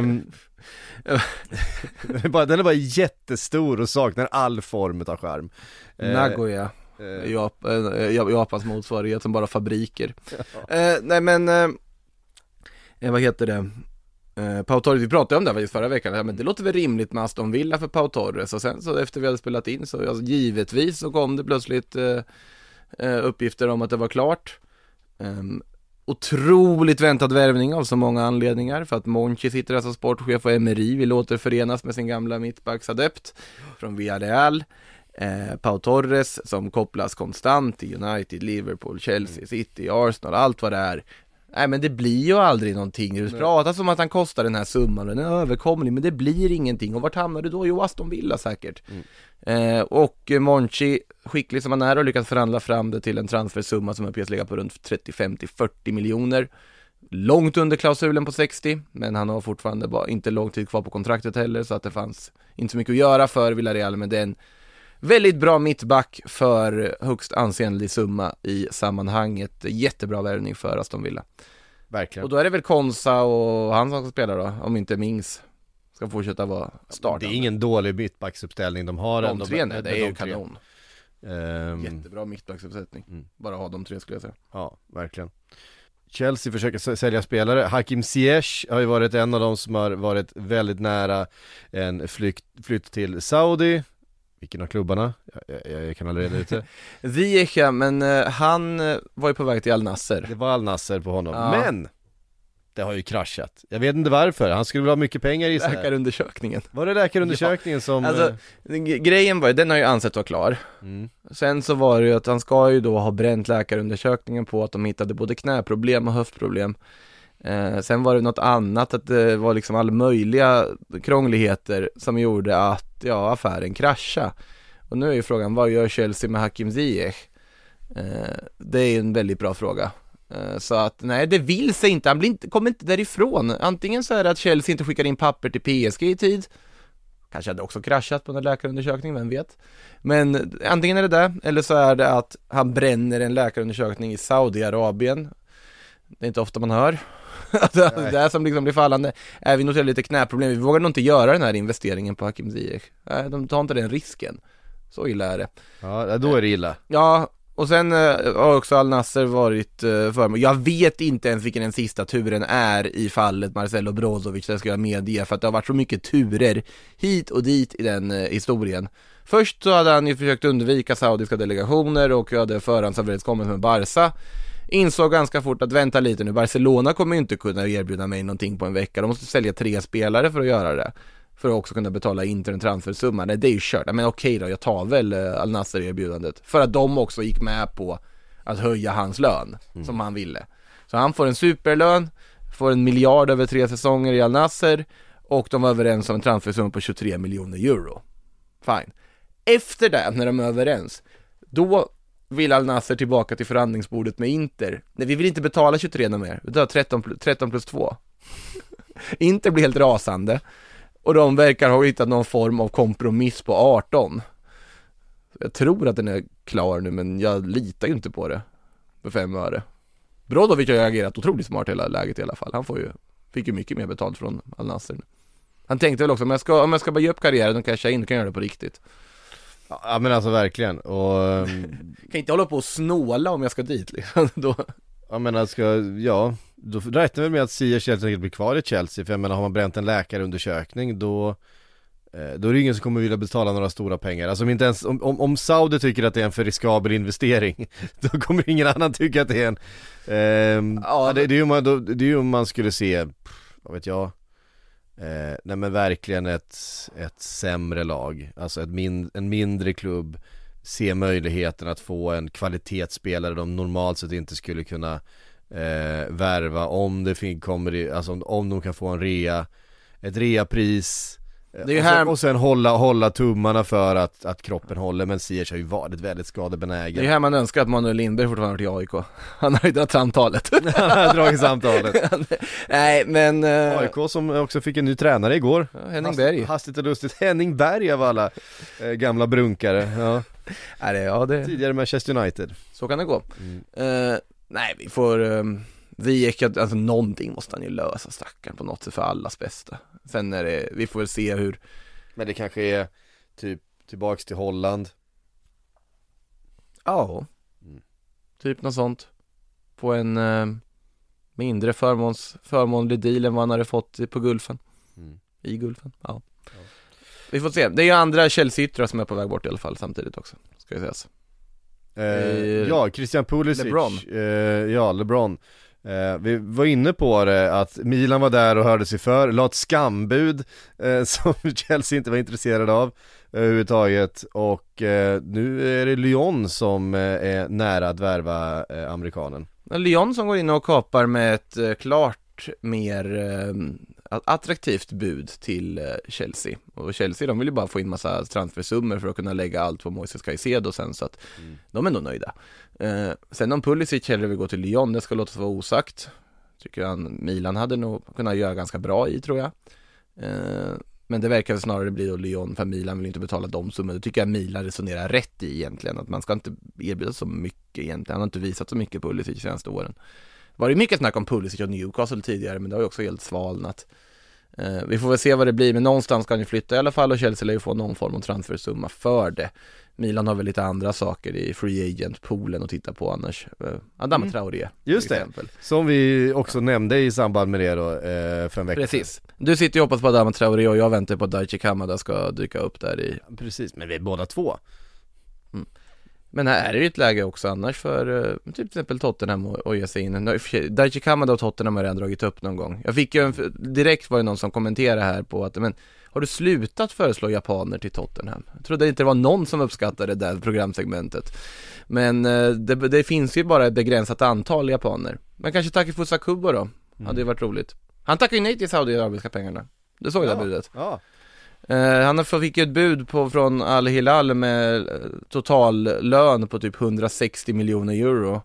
den, är bara, den är bara jättestor och saknar all form av charm. Eh, Nagoya, eh, Japan, eh, Japans motsvarighet som bara fabriker. Ja. Eh, nej men, eh, vad heter det? Uh, Pau Torres, vi pratade om det här förra veckan, ja, men det låter väl rimligt med Aston Villa för Pau Torres, och sen så efter vi hade spelat in så alltså, givetvis så kom det plötsligt uh, uh, uppgifter om att det var klart. Um, otroligt väntad värvning av så många anledningar, för att Monchi sitter där som sportchef och Emery vill återförenas med sin gamla mittbacksadept från Villarreal. Uh, Pau Torres som kopplas konstant till United, Liverpool, Chelsea, City, Arsenal, allt vad det är. Nej, men det blir ju aldrig någonting. Det pratas om att han kostar den här summan och den är överkomlig, men det blir ingenting. Och vart hamnar du då? Jo, Aston Villa säkert. Mm. Eh, och Monchi, skicklig som han är, har lyckats förhandla fram det till en transfersumma som uppges ligga på runt trettiofem till fyrtio miljoner. Långt under klausulen på sextio, men han har fortfarande bara inte lång tid kvar på kontraktet heller, så att det fanns inte så mycket att göra för Villarreal, men det är en väldigt bra mittback för högst ansenlig summa i sammanhanget. Jättebra värvning för Aston Villa. Verkligen. Och då är det väl Konsa och han som ska spela då, om inte Mings ska fortsätta vara startande. Det är ingen dålig mittbacksuppställning de har. De tre, nej, det är ju kanon. Um, Jättebra mittbacksuppsättning. Mm. Bara ha de tre skulle jag säga. Ja, verkligen. Chelsea försöker sälja spelare. Hakim Ziyech har ju varit en av de som har varit väldigt nära en flykt, flytt till Saudi. Vilken av klubbarna? Jag, jag, jag kan aldrig reda ut det. Ziyech, ja, men uh, han uh, var ju på väg till Al Nassr. Det var Al Nassr på honom. Ja. Men det har ju kraschat. Jag vet inte varför. Han skulle väl ha mycket pengar i sig. Läkarundersökningen. Var det läkarundersökningen ja. som... Alltså, grejen var ju, den har ju ansett vara klar. Mm. Sen så var det ju att han ska ju då ha bränt läkarundersökningen på att de hittade både knäproblem och höftproblem. Eh, sen var det något annat, att det var liksom alla möjliga krångligheter som gjorde att ja, affären kraschade. Och nu är ju frågan, vad gör Chelsea med Hakim Ziyech? Eh, det är en väldigt bra fråga. Eh, så att nej, det vill sig inte, han blir inte, kommer inte därifrån. Antingen så är det att Chelsea inte skickar in papper till P S G i tid. Kanske hade också kraschat på den läkarundersökningen, vem vet. Men antingen är det det, eller så är det att han bränner en läkarundersökning i Saudiarabien. Det är inte ofta man hör. Alltså, det är som liksom blir fallande. Är vi noterar lite knäproblem, vi vågar nog inte göra den här investeringen på Hakim Ziyech. Nej, de tar inte den risken. Så illa är det. Ja, då är det illa. Ja, och sen uh, har också Al Nassr varit uh, för mig. Jag vet inte ens vilken den sista turen är i fallet Marcelo Brozovic, det ska jag medge, för att det har varit så mycket turer hit och dit i den uh, historien. Först så hade han ju försökt undvika saudiska delegationer och hade förhandsöverenskommelse med Barca. Insåg ganska fort att vänta lite nu, Barcelona kommer ju inte kunna erbjuda mig någonting på en vecka. De måste sälja tre spelare för att göra det, för att också kunna betala inte en transfersumma. Nej, det är ju kört. Men okej då, jag tar väl Al Nassr erbjudandet. För att de också gick med på att höja hans lön mm. som han ville. Så han får en superlön, får en miljard över tre säsonger i Al Nassr, och de var överens om en transfersumma på tjugotre miljoner euro. Fine. Efter det, när de är överens, då vill Al Nassr tillbaka till förhandlingsbordet med Inter. Nej, vi vill inte betala tjugotre mer. Vi tar tretton plus två. Inter blir helt rasande. Och de verkar ha hittat någon form av kompromiss på arton. Jag tror att den är klar nu, men jag litar ju inte på det. För fem öre. Brozovic har ju agerat otroligt smart hela läget i alla fall. Han får ju, fick ju mycket mer betalt från Al Nassr. Han tänkte väl också, om jag ska, om jag ska bara ge upp karriären och casha in, kan jag göra det på riktigt. Ja, men alltså verkligen. Och kan inte hålla på och snåla om jag ska dit liksom. Då... Jag menar, ska, ja, då räknar vi med att Ziyech helt enkelt blir kvar i Chelsea. För jag menar, har man bränt en läkarundersökning, då då är det ingen som kommer vilja betala några stora pengar. Alltså om inte ens, om, om, om Saudi tycker att det är en för riskabel investering, då kommer ingen annan tycka att det är en eh, ja, det, det är ju man, då, det är ju om man skulle se, vad vet jag, eh, nej men verkligen ett, ett sämre lag, alltså ett min, en mindre klubb ser möjligheten att få en kvalitetsspelare de normalt sett inte skulle kunna eh, värva, om det fin- kommer i, alltså om, om de kan få en rea, ett reapris. Det är ju och, här... sen, och sen hålla, hålla tummarna för att, att kroppen håller. Men Ziyech har ju varit väldigt skadebenägen. Det är här man önskar att Manuel Lindberg fortfarande varit i A I K. Han har ju dragit samtalet. Han har dragit samtalet. Nej men uh... A I K som också fick en ny tränare igår. Ja, Henning Berg. Hastigt och lustigt, Henning Berg av alla eh, gamla brunkare. Ja. Ja, det, ja, det... Tidigare Manchester United. Så kan det gå. mm. uh, Nej vi får um... Ziyech, alltså någonting måste han ju lösa, stackaren, på något sätt för allas bästa. Sen är det, vi får väl se hur. Men det kanske är typ tillbaks till Holland. Ja, mm. Typ något sånt. På en eh, mindre förmåns, förmånlig deal än vad han hade fått på Gulfen. Mm. I Gulfen, ja. ja. Vi får se, det är ju andra Chelsea-yttrar som är på väg bort i alla fall samtidigt också, ska jag säga. Eh, ja, Christian Pulisic. LeBron. Eh, ja, LeBron. Eh, vi var inne på det, att Milan var där och hörde sig för, la ett skambud eh, som Chelsea inte var intresserad av överhuvudtaget, och eh, nu är det Lyon som eh, är nära att värva eh, amerikanen. Lyon som går in och kapar med ett eh, klart mer eh, attraktivt bud till eh, Chelsea, och Chelsea de vill ju bara få in massa transfersummor för att kunna lägga allt på Moises Caicedo sen, så att mm. de är nog nöjda. Eh, sen om Pulisic hellre vill gå till Lyon, det ska låta vara osagt. Tycker han Milan hade nog kunnat göra ganska bra i, tror jag. Eh, men det verkar snarare bli då Lyon, för Milan vill inte betala de summor. Det tycker jag Milan resonerar rätt i egentligen, att man ska inte erbjuda så mycket egentligen. Han har inte visat så mycket Pulisic de senaste åren. Det var ju mycket snack om Pulisic och Newcastle tidigare, men det har ju också helt svalnat. Eh, vi får väl se vad det blir, men någonstans kan ju flytta i alla fall, och Chelsea lär ju få någon form av transfersumma för det. Milan har väl lite andra saker i free agent-poolen att titta på annars. Adama mm. Traoré. Just det, som vi också nämnde i samband med det då, eh, för en vecka. Precis. Du sitter ju och hoppas på Adama Traoré och jag väntar på att Daichi Kamada ska dyka upp där i. Precis, men vi är båda två. Mm. Men här är det ju ett läge också annars för typ till exempel Tottenham och, och ge sig in. Daichi Kamada och Tottenham har redan dragit upp någon gång. Jag fick ju en, direkt var det någon som kommenterade här på att men har du slutat föreslå japaner till Tottenham? Jag trodde inte det var någon som uppskattade det där programsegmentet. Men det, det finns ju bara ett begränsat antal japaner. Men kanske Takefusa Kubo då? Mm. Ja, det har varit roligt. Han tackar ju nej till saudiarabiska pengarna. Du såg ju ja, det budet. Ja. Uh, han fick ju ett bud på, från Al Hilal med total lön på typ hundrasextio miljoner euro.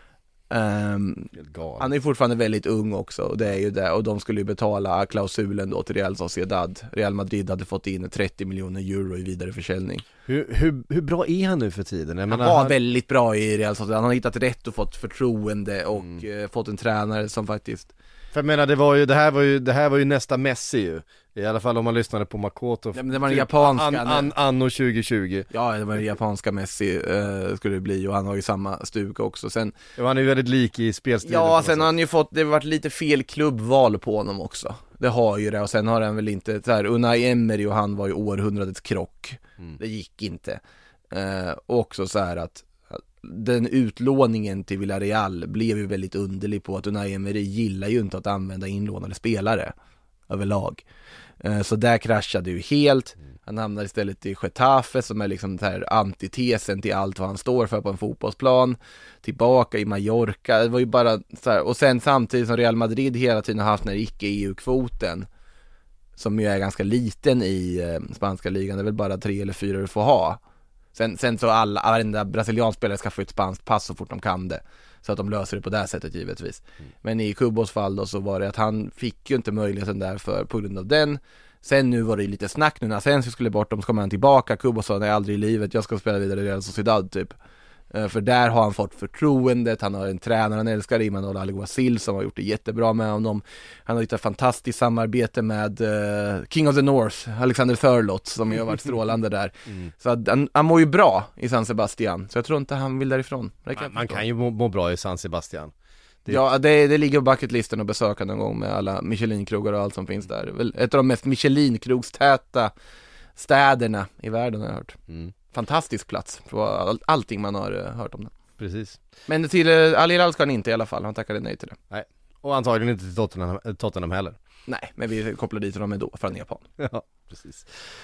Um, han är fortfarande väldigt ung också och det är ju det, och de skulle ju betala klausulen då till Real Sociedad. Real Madrid hade fått in trettio miljoner euro i vidareförsäljning. Hur, hur, hur bra är han nu för tiden? Jag han menar, var han... väldigt bra i Real Sociedad. Han har hittat rätt och fått förtroende och mm. uh, fått en tränare som faktiskt. För jag menar, det var ju det här var ju det här var ju nästa Messi ju. I alla fall om man lyssnade på Makoto. Ja, men det var den japanska an, an, anno tjugo tjugo. Ja, det var den japanska Messi uh, skulle det bli, och han har ju samma stuk också. Sen ja, han är ju väldigt lik i spelstilen. Ja, sen har han ju fått, det har varit lite fel klubbval på honom också. Det har ju det, och sen har han väl inte så här, Unai Emery och han var ju århundradets krock. Mm. Det gick inte. Uh, och också så här att den utlåningen till Villarreal blev ju väldigt underlig på att Unai Emery gillar ju inte att använda inlånade spelare överlag. Så där kraschade ju helt. Han hamnar istället i Getafe som är liksom den här antitesen till allt vad han står för på en fotbollsplan. Tillbaka i Mallorca. Det var ju bara så här. Och sen samtidigt som Real Madrid hela tiden har haft den här icke-E U-kvoten som ju är ganska liten i spanska ligan. Det är väl bara tre eller fyra du får ha. Sen, sen så alla, alla brasilianspelare ska få ett spanskt pass så fort de kan det. Så att de löser det på det här sättet givetvis. Mm. Men i Kubos fall då så var det att han fick ju inte möjligheten där för, på grund av den. Sen nu var det lite snack nu när Asensio skulle bort, de ska man tillbaka. Kubo sa nej, aldrig i livet, jag ska spela vidare i Real Sociedad typ. Uh, för där har han fått förtroendet, han har en tränare han älskar, Imanol Alguacil, som har gjort det jättebra med honom. Han har gjort ett fantastiskt samarbete med uh, King of the North, Alexander Thurlott, som ju har varit strålande där. Mm. Så att han, han mår ju bra i San Sebastian, så jag tror inte han vill därifrån. Man, man kan ju må, må bra i San Sebastian. Det... Ja, det, det ligger på bucketlisten att besöka någon gång med alla Michelin-krogar och allt som finns där. Väl ett av de mest Michelin-krogstäta städerna i världen har jag hört. Mm. Fantastisk plats på all, allting man har uh, hört om den. Precis. Men till uh, Al Hilal ska han inte i alla fall, han tackade nej till det. Nej, och antagligen inte till Tottenham, Tottenham heller. Nej, men vi kopplar dit honom ändå för en japan. Ja, precis.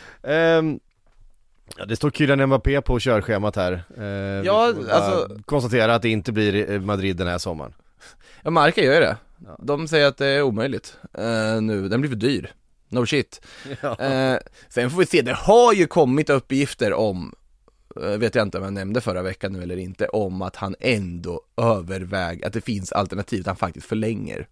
Um, ja, det står Kylian Mbappé på körschemat här. Uh, ja, alltså konstatera att det inte blir Madrid den här sommaren. Ja, Marca gör det. Ja. De säger att det är omöjligt uh, nu, den blir för dyr. No shit. Ja. Uh, sen får vi se, det har ju kommit uppgifter om, uh, vet jag inte om jag nämnde förra veckan nu eller inte, om att han ändå överväger, att det finns alternativ att han faktiskt förlänger.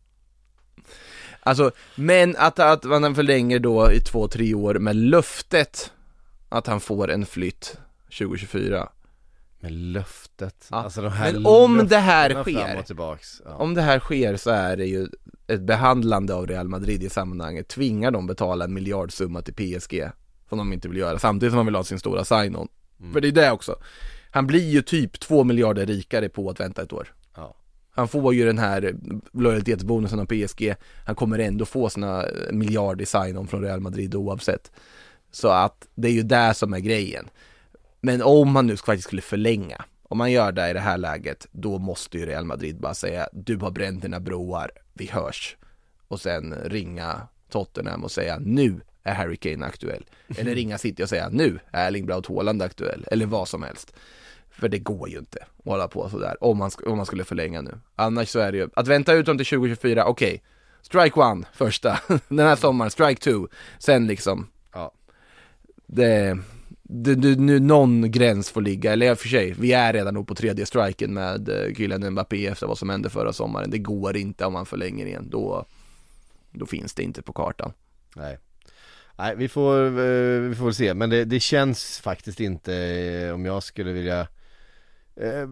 Alltså, men att, att man förlänger då i två, tre år med löftet att han får en flytt tjugo tjugofyra. Med löftet. Ja. Alltså de här men om det här sker, ja. om det här sker så är det ju ett behandlande av Real Madrid i sammanhanget. Tvingar de betala en miljardsumma till P S G som de inte vill göra, samtidigt som de vill ha sin stora sign-on. Mm. För det är det också. Han blir ju typ två miljarder rikare på att vänta ett år. Ja. Han får ju den här lojalitetsbonusen av P S G. Han kommer ändå få sina miljarder i sign-on från Real Madrid oavsett. Så att det är ju det som är grejen. Men om man nu faktiskt skulle förlänga, om man gör det i det här läget, då måste ju Real Madrid bara säga, du har bränt dina broar, vi hörs. Och sen ringa Tottenham och säga, nu är Harry Kane aktuell. Eller ringa City och säga, nu är Erling Braut Haaland aktuell. Eller vad som helst. För det går ju inte att hålla på sådär, om man, om man skulle förlänga nu. Annars så är det ju, att vänta ut dem till tjugo tjugofyra, okej. Okay. Strike one, första. Den här sommaren, strike two. Sen liksom, ja. Det... Du, du, nu någon gräns får ligga, eller för sig, vi är redan nog på tredje striken med uh, Kylian Mbappé efter vad som hände förra sommaren. Det går inte om man förlänger igen, då, då finns det inte på kartan. Nej, Nej vi får uh, vi får väl se, men det, det känns faktiskt inte, uh, om jag skulle vilja uh,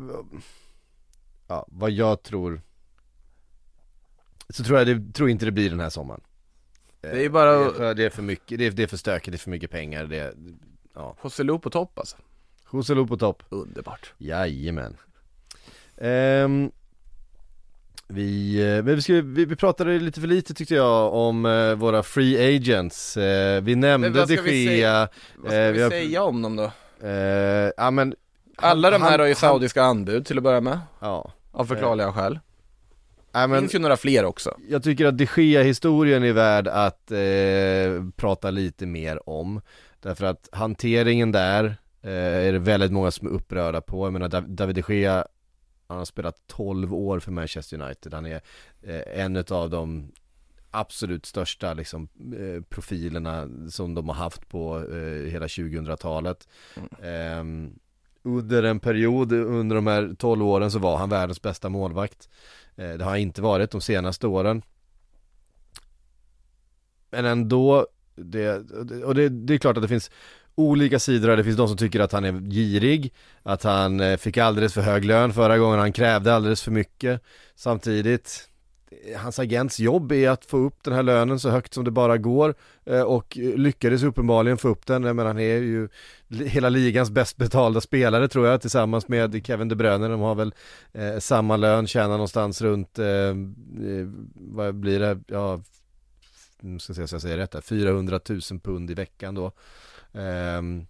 ja, vad jag tror, så tror jag det, tror inte det blir den här sommaren. Uh, det är bara det är, för, det är för mycket, det är, det är för stökigt, det är för mycket pengar, det är, ja. Joselu på topp alltså. Joselu på topp. Underbart. Jajamän. Um, vi, men vi, ska, vi, vi pratade lite för lite tyckte jag om uh, våra free agents. Uh, vi nämnde De Gea. Vad ska uh, vi, vi har, säga om dem då? Uh, ja, men, Alla han, de här han, har ju saudiska anbud till att börja med. Ja. Av förklarliga uh, skäl. Det uh, finns ju några fler också. Jag tycker att De Gea-historien är värd att uh, prata lite mer om. Därför att hanteringen där uh, är det väldigt många som är upprörda på. Jag menar David De Gea, han har spelat tolv år för Manchester United. Han är eh, en av de absolut största liksom, eh, profilerna som de har haft på eh, hela tjugohundratalet. Mm. Eh, under en period, under de här tolv åren så var han världens bästa målvakt. Eh, det har han inte varit de senaste åren. Men ändå, det, och det, det är klart att det finns olika sidor. Det finns de som tycker att han är girig, att han fick alldeles för hög lön förra gången, han krävde alldeles för mycket. Samtidigt, hans agents jobb är att få upp den här lönen så högt som det bara går, och lyckades uppenbarligen få upp den. Men han är ju hela ligans bäst betalda spelare tror jag, tillsammans med Kevin De Bruyne. De har väl eh, samma lön, tjänar någonstans runt eh, vad blir det? Ja, ska se så jag säger rätt här, fyrahundratusen pund i veckan då. Um,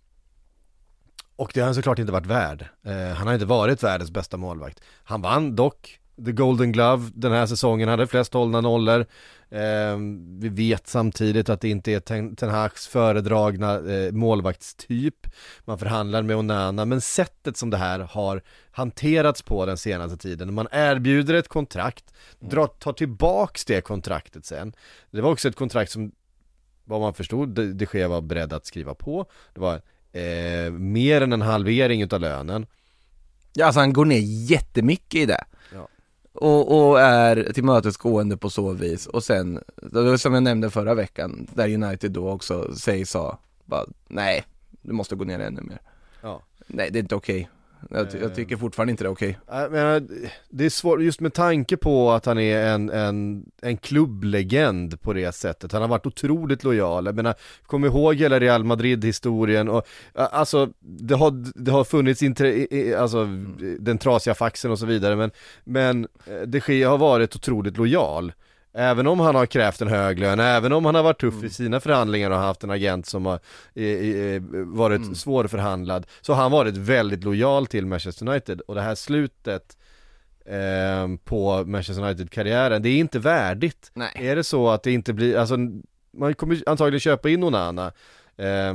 och det har han såklart inte varit värd. uh, Han har inte varit världens bästa målvakt. Han vann dock The Golden Glove den här säsongen, hade flest hållna nollor. uh, Vi vet samtidigt att det inte är Ten, Ten Hags föredragna uh, målvaktstyp. Man förhandlar med Onana. Men sättet som det här har hanterats på den senaste tiden, man erbjuder ett kontrakt, drar, tar tillbaks det kontraktet sen. Det var också ett kontrakt som, vad man förstod, De Gea var beredd att skriva på. Det var eh, mer än en halvering utav lönen. Ja, alltså han går ner jättemycket i det. Ja. Och, och är tillmötesgående på så vis. Och sen, som jag nämnde förra veckan, där United då också säger så, bara, nej, du måste gå ner ännu mer. Ja. Nej, det är inte okej. Jag, jag tycker fortfarande inte det är okej. Jag menar, det är svårt just med tanke på att han är en, en, en klubblegend på det sättet. Han har varit otroligt lojal. Jag menar, kom ihåg hela Real Madrid-historien. Och, alltså, det har, det har funnits intre, alltså, den trasiga faxen och så vidare. Men, men De Gea har varit otroligt lojal. Även om han har krävt en hög lön, även om han har varit tuff mm. i sina förhandlingar och haft en agent som har eh, eh, varit mm. svårförhandlad, så har han varit väldigt lojal till Manchester United. Och det här slutet eh, på Manchester United-karriären, det är inte värdigt. Nej. Är det så att det inte blir, alltså, man kommer antagligen köpa in Onana eh,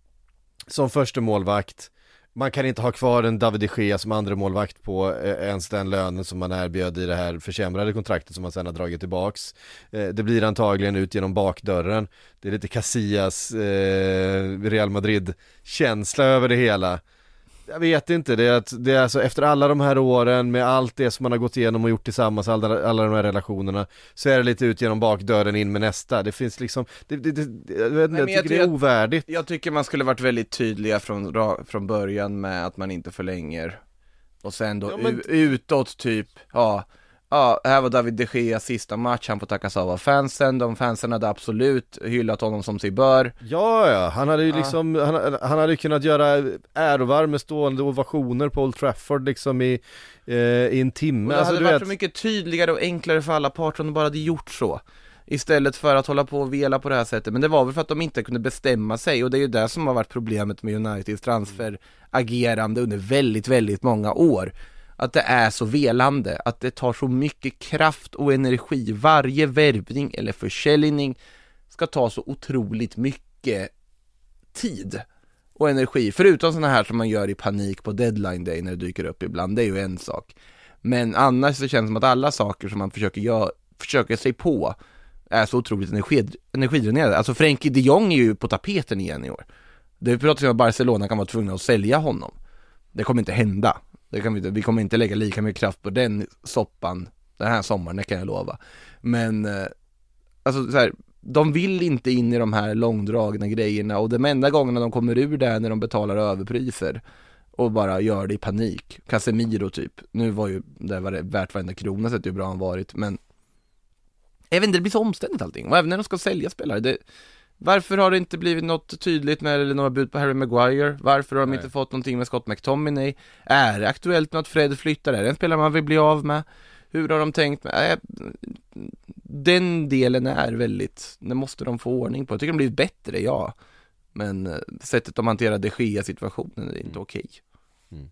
som första målvakt. Man kan inte ha kvar en David De Gea som andra målvakt på eh, ens den lönen som man erbjöd i det här försämrade kontraktet som man sedan har dragit tillbaks. Eh, det blir antagligen ut genom bakdörren. Det är lite Casillas eh, Real Madrid-känsla över det hela. Jag vet inte, det är, att, det är alltså efter alla de här åren med allt det som man har gått igenom och gjort tillsammans, alla, alla de här relationerna, så är det lite ut genom bakdörren in med nästa. Det finns liksom, det, det, det, jag vet inte, jag tycker jag, det är ovärdigt. Jag tycker man skulle varit väldigt tydliga från, från början med att man inte förlänger. Och sen då ja, men... utåt typ, ja, ja, här var David De Gea sista match, han får tackas av av fansen. De fansen hade absolut hyllat honom som sig bör. Ja, ja, han hade ju ja. liksom han, han hade kunnat göra ärovarv med stående ovationer på Old Trafford liksom i, eh, i en timme. Och det alltså, hade du varit vet... så mycket tydligare och enklare för alla parter om de bara hade gjort så. Istället för att hålla på och vela på det här sättet. Men det var väl för att de inte kunde bestämma sig. Och det är ju det som har varit problemet med Uniteds transferagerande under väldigt, väldigt många år. Att det är så velande, att det tar så mycket kraft och energi. Varje värvning eller försäljning ska ta så otroligt mycket tid och energi. Förutom sådana här som man gör i panik på deadline day när det dyker upp ibland, det är ju en sak. Men annars så känns det som att alla saker som man försöker, göra, försöker sig på är så otroligt energi, energidränerade. Alltså Frenkie de Jong är ju på tapeten igen i år. Det pratar om att Barcelona kan vara tvungna att sälja honom. Det kommer inte hända. Det kan vi, vi kommer inte lägga lika mycket kraft på den soppan den här sommaren, det kan jag lova. Men eh, alltså så här, de vill inte in i de här långdragna grejerna. Och de enda gångerna de kommer ur det är när de betalar överpriser och bara gör det i panik. Casemiro typ. Nu var ju det var det värt varenda krona, så att det är bra han varit. Men även det blir så omständigt allting. Och även när de ska sälja spelare, det, Varför har det inte blivit något tydligt med eller några bud på Harry Maguire? Varför har de Nej. inte fått någonting med Scott McTominay? Är det aktuellt med att Fred flyttar? Är det en spelare man vill bli av med? Hur har de tänkt med? Äh, den delen är väldigt, det måste de få ordning på. Jag tycker de blivit bättre, ja. Men äh, sättet de hanterar De Gea-situationen är inte mm. okej. Mm.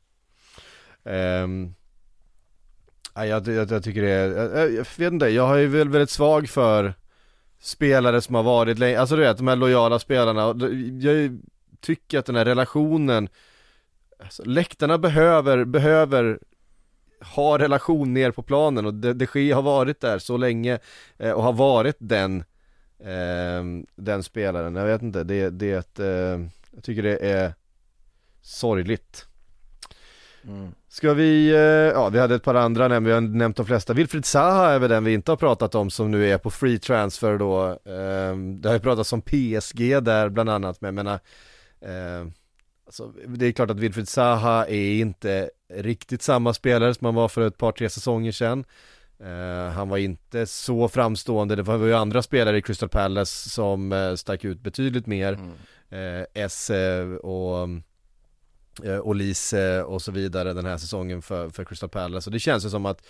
Um, ja, jag, jag, jag tycker det är, jag, jag vet inte, jag har ju väl väldigt svag för spelare som har varit länge, alltså du vet, de här lojala spelarna. Jag tycker att den här relationen, alltså, läktarna behöver, behöver ha relation ner på planen, och det, det Gea har varit där så länge eh, och har varit den eh, den spelaren. Jag vet inte, det, det är ett, eh, jag tycker det är sorgligt. Mm. Ska vi, eh, ja vi hade ett par andra nämn, vi har nämnt de flesta. Wilfried Zaha är väl den vi inte har pratat om, som nu är på free transfer då. Eh, det har ju pratats om P S G där bland annat, men jag menar eh, alltså, det är klart att Wilfried Zaha är inte riktigt samma spelare som han var för ett par tre säsonger sedan. Uh, han var inte så framstående. Det var ju andra spelare i Crystal Palace som uh, stack ut betydligt mer. Mm. Uh, S uh, och uh, Olise uh, och så vidare den här säsongen för, för Crystal Palace. Och det känns ju som att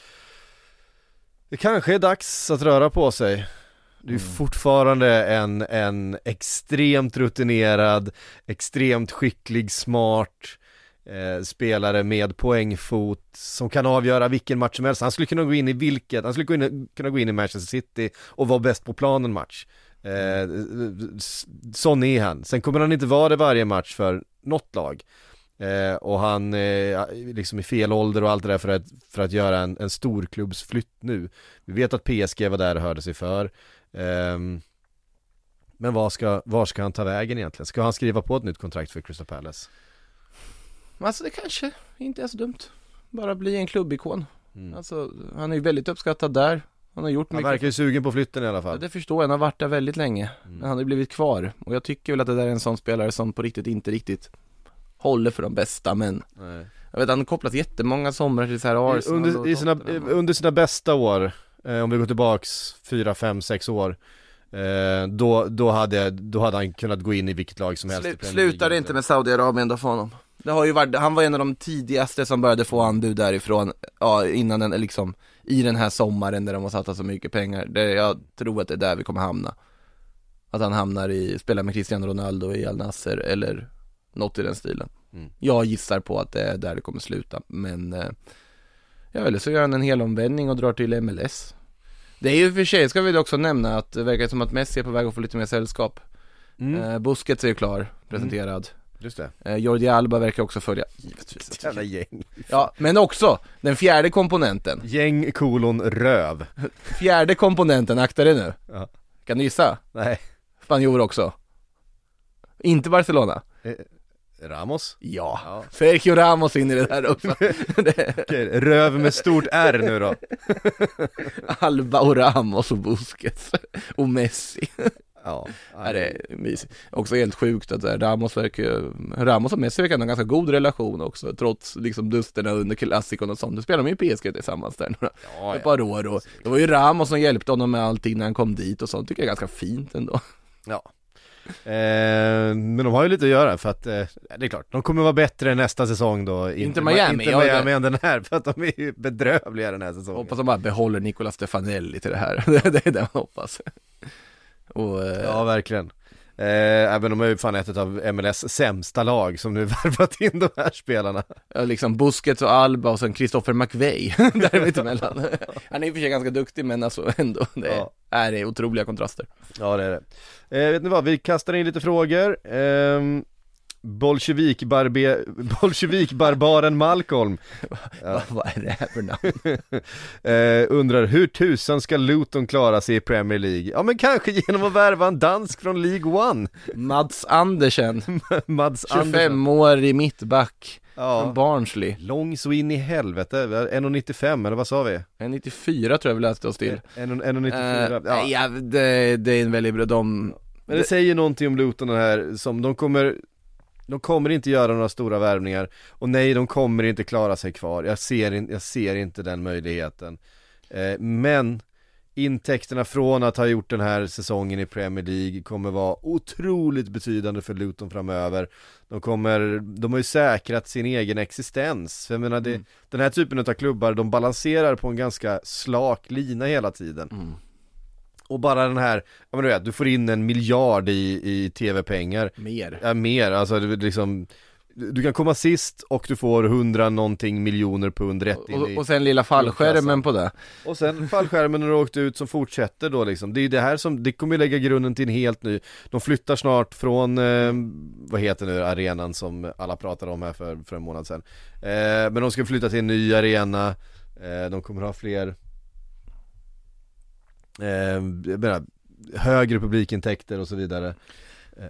det kanske är dags att röra på sig. Det är ju mm. fortfarande en, en extremt rutinerad, extremt skicklig, smart eh, spelare med poängfot som kan avgöra vilken match som helst. Han skulle kunna gå in i vilket, han skulle kunna, kunna gå in i Manchester City och vara bäst på planen match. Eh, sån är han. Sen kommer han inte vara det varje match för något lag. Eh, och han eh, liksom i fel ålder och allt det där för att, för att göra en, en storklubbsflytt nu. Vi vet att P S G var där och hörde sig för. Um, men var ska, var ska han ta vägen egentligen? Ska han skriva på ett nytt kontrakt för Crystal Palace? Alltså det kanske inte är så dumt. Bara bli en klubbikon. Mm. Alltså, han är ju väldigt uppskattad där. Han har gjort han mycket. verkar ju sugen på flytten i alla fall. Det förstår jag, han har varit där väldigt länge. Mm. Men han har blivit kvar. Och jag tycker väl att det där är en sån spelare som på riktigt inte riktigt håller för de bästa, men nej. Jag vet, han har kopplat jättemånga somrar till så här Arsenal under, i sina, under sina bästa år, eh, om vi går tillbaks fyra, fem, sex år, eh, då, då, hade, då hade han kunnat gå in i vilket lag som helst. Slu, Slutar det inte med Saudiarabien då för honom? Det har ju varit, han var en av de tidigaste som började få anbud därifrån, ja, innan den, liksom, i den här sommaren där de har satsat så mycket pengar. Det, jag tror att det är där vi kommer hamna. Att han hamnar i, spelar med Cristiano Ronaldo i Al Nassr eller något i den stilen. Mm. Jag gissar på att det är där det kommer sluta. Men eh, ja, eller så gör han en hel omvändning och drar till M L S. Det är ju för sig, ska vi också nämna att det verkar som att Messi är på väg att få lite mer sällskap. mm. eh, Busquets är ju klar, presenterad. mm. Just det. eh, Jordi Alba verkar också följa. Givetvis. Jävla gäng. Ja, men också den fjärde komponenten. Gäng kolon röv. Fjärde komponenten, akta dig nu. Ja. Kan du gissa? Nej. Spanjor också. Inte Barcelona. eh. Ramos? Ja, ja. Sergio Ramos in i det där också. Okej, röv med stort R nu då. Alba och Ramos och Busquets och Messi. Ja, ja, det är mysigt. Också helt sjukt att Ramos verkar, Ramos och Messi verkar ha en ganska god relation också, trots liksom dusterna under klassikon och sånt. Nu spelar de ju P S G tillsammans där några ja, ett par år, och det var ju Ramos som hjälpte honom med allting när han kom dit och sånt. Tycker jag är ganska fint ändå. Ja. Eh, men de har ju lite att göra för att eh, det är klart, de kommer vara bättre nästa säsong då. Inte Miami, inte Miami än den här, för att de är ju bedrövliga den här säsongen. Hoppas de bara behåller Nicolas Stefanelli till det här. Det är det man hoppas. Och, eh... ja, verkligen. Eh, även de är ju fan ett av M L S sämsta lag som nu värvat in de här spelarna. Ja, liksom Busquets och Alba och sen Christopher McVey där mittemellan. Han är i och för sig ganska duktig, men alltså ändå det är, ja. är det otroliga kontraster. Ja, det är det. Eh, vet ni vad, vi kastar in lite frågor. Eh, Bolshevik barbe, Bolshevik-barbaren Malcolm. Ja. Vad är det här för namn? eh, undrar, hur tusen ska Luton klara sig i Premier League? Ja, men kanske genom att värva en dansk från League One. Mads Andersen. Mads tjugofem år i mittback. Ja. Från Barnsley. Lång så in i helvete. en komma nittiofem eller vad sa vi? en komma nittiofyra tror jag vi läste oss till. en komma nittiofyra uh, ja, ja det, det är en väldigt bra de... Men det, det säger någonting om Luton här, som de kommer de kommer inte göra några stora värvningar, och nej, de kommer inte klara sig kvar. Jag ser, in, jag ser inte den möjligheten. Eh, men intäkterna från att ha gjort den här säsongen i Premier League kommer vara otroligt betydande för Luton framöver. De kommer, de har ju säkrat sin egen existens. Jag menar, det, mm. den här typen av klubbar, de balanserar på en ganska slak lina hela tiden. Mm. Och bara den här, jag menar, du vet, du får in en miljard i, i tv-pengar. Mer. Ja, mer, alltså det liksom... Du kan komma sist och du får hundra någonting miljoner pund rätt in och, i... Och sen lilla fallskärmen på det. Och sen fallskärmen när du åkt ut som fortsätter då liksom. Det är ju det här som, det kommer lägga grunden till en helt ny... De flyttar snart från, eh, vad heter nu, arenan som alla pratade om här för, för en månad sedan. Eh, men de ska flytta till en ny arena. Eh, de kommer ha fler... Eh, jag menar, högre publikintäkter och så vidare. Eh,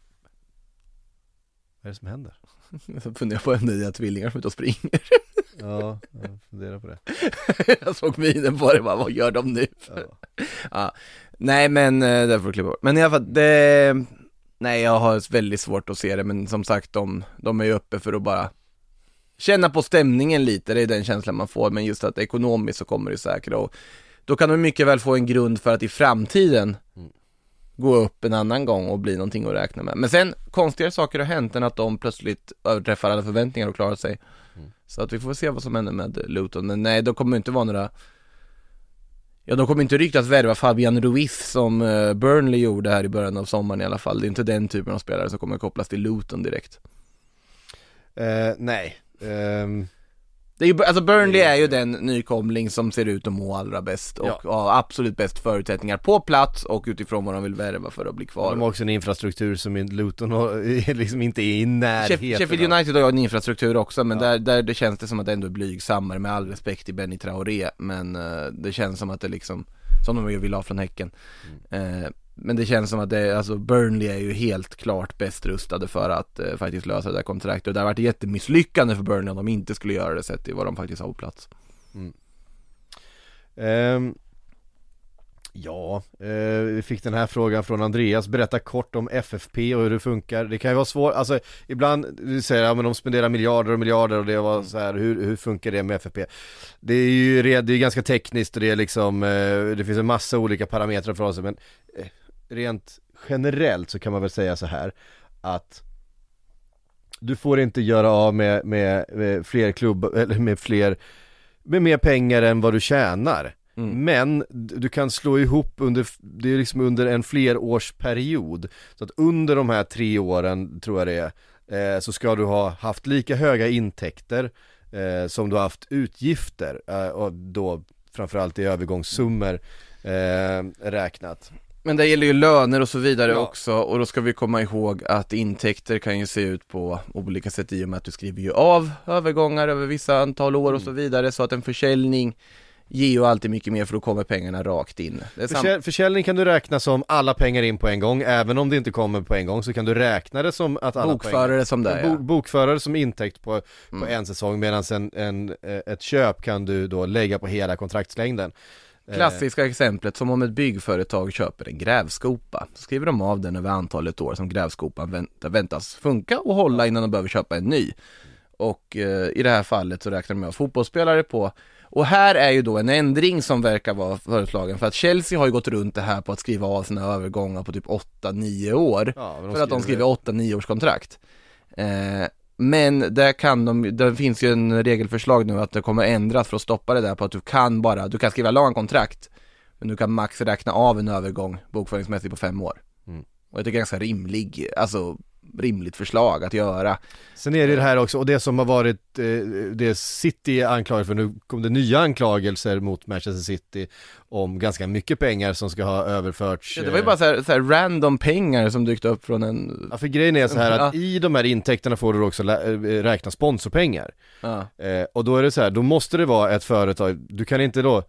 vad är det som händer? Jag funderar på en nya tvillingar som är ute och springer. Ja, jag funderar på det. Jag såg minen på det, bara, vad gör de nu? Ja. Ja. Nej, men det får du klippa bort. Men i alla fall, det... Nej, jag har väldigt svårt att se det. Men som sagt, de, de är ju uppe för att bara känna på stämningen lite. Det är den känslan man får. Men just att ekonomiskt så kommer det säkert. Och då kan de mycket väl få en grund för att i framtiden mm. gå upp en annan gång och bli någonting att räkna med. Men sen, konstigare saker har hänt än att de plötsligt överträffar alla förväntningar och klarar sig. Mm. Så att vi får se vad som händer med Luton. Men nej, de kommer inte vara några... Ja, de kommer inte riktigt att värva Fabian Ruiz som uh, Burnley gjorde här i början av sommaren i alla fall. Det är inte den typen av spelare som kommer kopplas till Luton direkt. Uh, nej. Um... Det är ju, alltså Burnley är ju den nykomling som ser ut att må allra bäst och ja. har absolut bäst förutsättningar på plats och utifrån vad de vill värva för att bli kvar. De har också en infrastruktur som Luton har, liksom inte är i närheten. Sheffield United har en infrastruktur också, men ja. där, där det känns det som att det ändå är blygsammare, med all respekt till Benny Traoré, men uh, det känns som att det liksom, som de ju vill ha från Häcken. Mm. Uh, Men det känns som att det, alltså Burnley är ju helt klart bäst rustade för att eh, faktiskt lösa det där kontraktet. Och det har varit jättemisslyckande för Burnley om de inte skulle göra det, sett i vad de faktiskt har på plats. Mm. Um, ja, uh, vi fick den här frågan från Andreas. Berätta kort om F F P och hur det funkar. Det kan ju vara svårt, alltså ibland du säger ja, men de spenderar miljarder och miljarder och det var så här, hur, hur funkar det med F F P? Det är ju det är ganska tekniskt och det är liksom uh, det finns en massa olika parametrar för oss, men uh, rent generellt så kan man väl säga så här att du får inte göra av med, med, med fler klubbar eller med fler med mer pengar än vad du tjänar. Mm. Men du kan slå ihop under, det är liksom under en flerårsperiod. Så att under de här tre åren tror jag det är, eh, så ska du ha haft lika höga intäkter eh, som du har haft utgifter. Eh, och då framförallt i övergångssummor eh, räknat. Men det gäller ju löner och så vidare ja. också, och då ska vi komma ihåg att intäkter kan ju se ut på olika sätt i och med att du skriver ju av övergångar över vissa antal år och så vidare, så att en försäljning ger ju alltid mycket mer för då kommer pengarna rakt in. Det är Försälj- försäljning kan du räkna som alla pengar in på en gång, även om det inte kommer på en gång så kan du räkna det som att alla bokförare pengar, som det, ja. Bo- bokförare som intäkt på, på mm. en säsong, medan en, en, ett köp kan du då lägga på hela kontraktslängden. Klassiska exemplet, som om ett byggföretag köper en grävskopa. Så skriver de av den över antalet år som grävskopan vänt- väntas funka och hålla innan de behöver köpa en ny. Och eh, i det här fallet så räknar de med fotbollsspelare på. Och här är ju då en ändring som verkar vara föreslagen. För att Chelsea har ju gått runt det här på att skriva av sina övergångar på typ åtta nio år. Ja, för att de skriver åtta nio års kontrakt. Eh, Men där kan de, det finns ju en regelförslag nu att det kommer ändras för att stoppa det där på att du kan bara, du kan skriva långa kontrakt, men du kan max räkna av en övergång bokföringsmässigt på fem år. Mm. Och jag tycker det är ganska rimlig, alltså rimligt förslag att göra. Sen är det det här också, och det som har varit eh, det City anklagar för, nu kom det nya anklagelser mot Manchester City om ganska mycket pengar som ska ha överförts. Ja, det var ju bara så här, så här random pengar som dykt upp från en... Ja, för grejen är så här att ja. i de här intäkterna får du också lä- räkna sponsorpengar. Ja. Eh, och då är det så här, då måste det vara ett företag, du kan inte då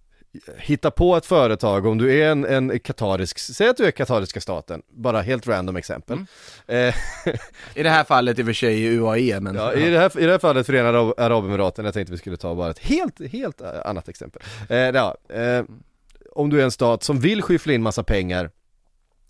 hitta på ett företag om du är en, en katarisk, säg att du är katariska staten, bara helt random exempel. Mm. I det här fallet i och för sig U A E, men... Ja, i det här, i det här fallet Förenade Arabemiraten, jag tänkte vi skulle ta bara ett helt, helt annat exempel. Eh, ja, eh, om du är en stat som vill skyffla in massa pengar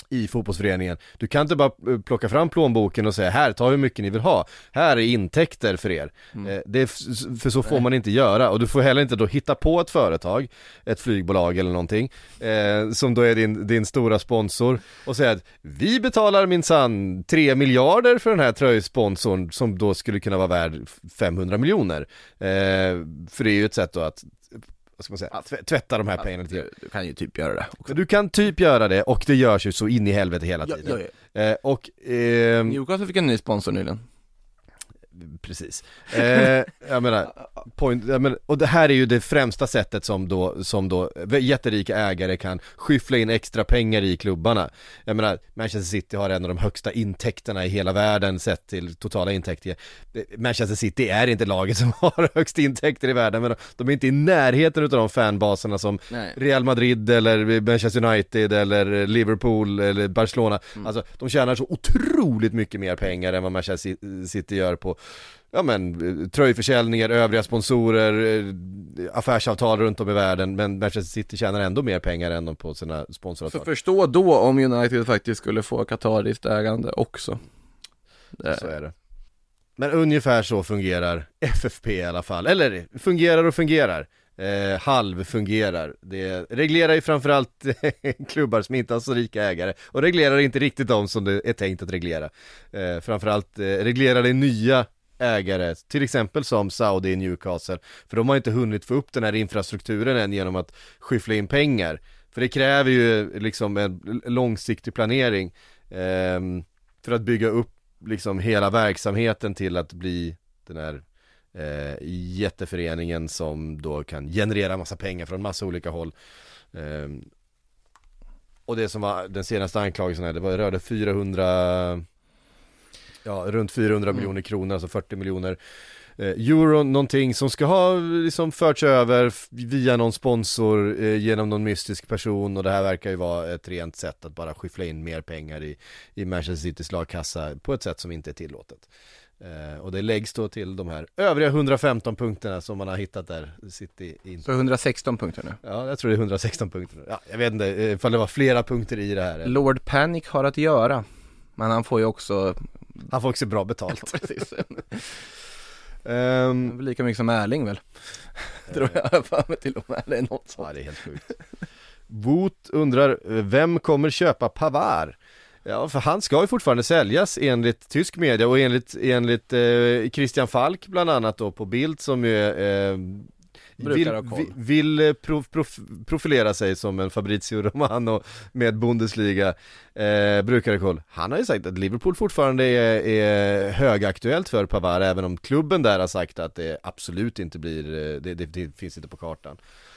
i fotbollsföreningen. Du kan inte bara plocka fram plånboken och säga här, ta hur mycket ni vill ha. Här är intäkter för er. Mm. Eh, det är f- för så får Nej. man inte göra. Och du får heller inte då hitta på ett företag, ett flygbolag eller någonting, eh, som då är din, din stora sponsor och säga att vi betalar minsann tre miljarder för den här tröjsponsorn som då skulle kunna vara värd femhundra miljoner. Eh, för det är ju ett sätt då att vad ska man säga, att tvätta de här pengarna lite. Du, du kan ju typ göra det också. Du kan typ göra det och det görs ju så in i helvete hela tiden. Ja, ja, ja. Eh, och eh, Newcastle fick en ny sponsor nyligen. Precis. Eh, jag menar, point, jag menar, och det här är ju det främsta sättet som då, som då jätterika ägare kan skyffla in extra pengar i klubbarna. Jag menar, Manchester City har en av de högsta intäkterna i hela världen sett till totala intäkter. Manchester City är inte laget som har högst intäkter i världen, men de är inte i närheten av de fanbaserna som Nej. Real Madrid eller Manchester United eller Liverpool eller Barcelona. Mm. Alltså, de tjänar så otroligt mycket mer pengar än vad Manchester City gör på ja men tröjförsäljningar, övriga sponsorer, affärsavtal runt om i världen, men Manchester City tjänar ändå mer pengar än de på sina sponsoravtal. Så förstå då om United faktiskt skulle få katariskt ägande också. Det. Så är det. Men ungefär så fungerar F F P i alla fall. Eller fungerar och fungerar. Eh, halv fungerar. Det reglerar ju framförallt klubbar som inte har så rika ägare och reglerar inte riktigt de som det är tänkt att reglera. Eh, framförallt eh, reglerar det nya ägare, till exempel som Saudi i Newcastle, för de har inte hunnit få upp den här infrastrukturen än genom att skyffla in pengar, för det kräver ju liksom en långsiktig planering eh, för att bygga upp liksom hela verksamheten till att bli den här eh, jätteföreningen som då kan generera massa pengar från massa olika håll. eh, och det som var den senaste anklagelsen här, det var rörde fyrahundra ja, runt fyrahundra mm. miljoner kronor, alltså fyrtio miljoner eh, euro, någonting som ska ha liksom förts över via någon sponsor eh, genom någon mystisk person, och det här verkar ju vara ett rent sätt att bara skyffla in mer pengar i, i Manchester Citys lagkassa på ett sätt som inte är tillåtet. Eh, och det läggs då till de här övriga hundrafemton punkterna som man har hittat där. City in. Så hundrasexton punkter nu? Ja, jag tror det är hundrasexton punkter. Ja, jag vet inte ifall det var flera punkter i det här. Lord Panic har att göra, men han får ju också Han får också bra betalt. Ja, precis. um, lika mycket som Erling väl? Tror jag för mig till och med. Det är något sånt. Ja, det är helt sjukt. Wout undrar, vem kommer köpa Pavard? Ja, för han ska ju fortfarande säljas enligt tysk media och enligt, enligt eh, Christian Falk bland annat då på Bild, som ju eh, vill, vill prof, prof, profilera sig som en Fabrizio Romano med Bundesliga eh, brukare koll. Han har ju sagt att Liverpool fortfarande är, är högaktuellt för Pavard, även om klubben där har sagt att det absolut inte blir, det, det, det finns inte på kartan.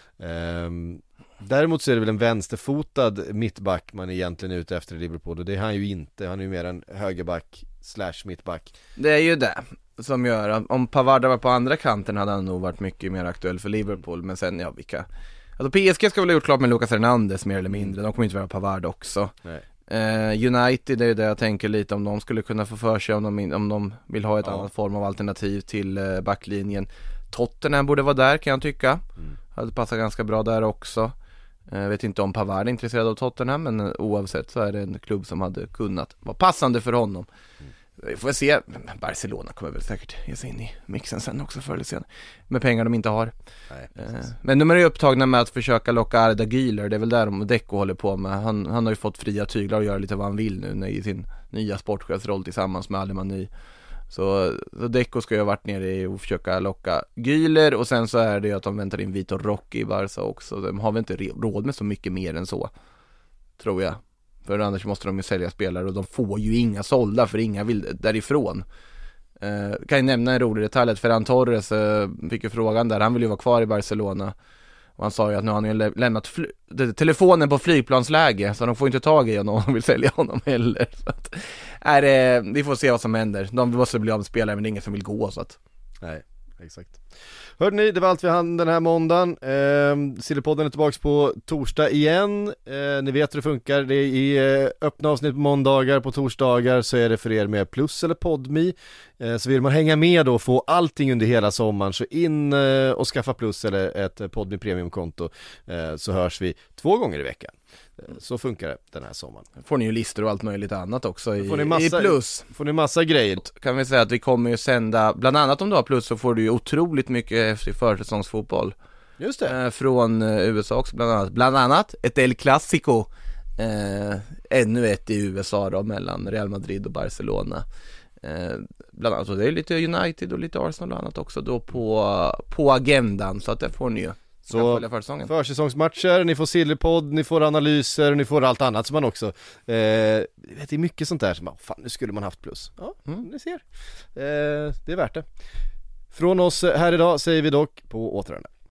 Um, däremot så är det väl en vänsterfotad mittback man egentligen är ute efter i Liverpool, och det är han ju inte. Han är ju mer en högerback slash mittback. Det är ju det som gör att om Pavard var på andra kanten hade han nog varit mycket mer aktuell för Liverpool. Men sen, ja, vilka alltså P S G ska väl ha gjort klart med Lucas Hernandez mer eller mindre. De kommer inte vara Pavard också. Nej. Uh, United är ju det jag tänker lite om de skulle kunna få för sig om de, om de vill ha ett ja. annat form av alternativ till uh, backlinjen. Tottenham borde vara där, kan jag tycka. Mm. Hade passat ganska bra där också. Jag uh, vet inte om Pavard är intresserad av Tottenham, men uh, oavsett så är det en klubb som hade kunnat vara passande för honom. Mm. Vi får se, Barcelona kommer väl säkert ge sig in i mixen sen också förr eller senare, med pengar de inte har. Nej, uh, men de är ju upptagna med att försöka locka Arda Güler. Det är väl där de Deco håller på med. Han, han har ju fått fria tyglar och gör lite vad han vill nu när, i sin nya sportchefsroll tillsammans med Alemany. Så, så Deco ska ju ha varit nere i och försöka locka Güler, och sen så är det ju att de väntar in Vitor Roque i Barca också. De har väl inte råd med så mycket mer än så, tror jag. För annars måste de ju sälja spelare, och de får ju inga sålda för inga vill därifrån. Eh, kan jag nämna en rolig detalj att Ferran Torres eh, fick ju frågan där, han vill ju vara kvar i Barcelona. Och han sa ju att nu har han ju lä- lämnat fly- telefonen på flygplansläge, så de får inte tag i honom om de vill sälja honom heller. Så att, är det, vi får se vad som händer. De måste bli av med spelare, men det är ingen som vill gå, så att. Nej, exakt. Hörde ni, det var allt vi hann den här måndagen. eh, Sillypodden är tillbaka på torsdag igen. eh, Ni vet hur det funkar. Det är i eh, öppna avsnitt på måndagar. På torsdagar så är det för er med Plus eller Podme. eh, Så vill man hänga med och få allting under hela sommaren, så in eh, och skaffa Plus eller ett Podme premiumkonto, eh, så hörs vi två gånger i veckan. Så funkar det den här sommaren. Får ni ju listor och allt möjligt annat också i, får ni massa, i plus. Får ni massa grejer. Kan vi säga att vi kommer ju sända, bland annat om du har plus så får du ju otroligt mycket efter försäsongsfotboll. Just det. Eh, från eh, U S A också bland annat. Bland annat ett El Clasico. Eh, ännu ett i U S A då mellan Real Madrid och Barcelona. Eh, bland annat, och det är lite United och lite Arsenal och annat också då på, på agendan. Så att det får ni ju. Så försäsongsmatcher, ni får silverpodd, ni får analyser, ni får allt annat som man också eh, det är mycket sånt där som man, fan nu skulle man haft plus. Ja, mm. ni ser. Eh, det är värt det. Från oss här idag säger vi dock på återhörande.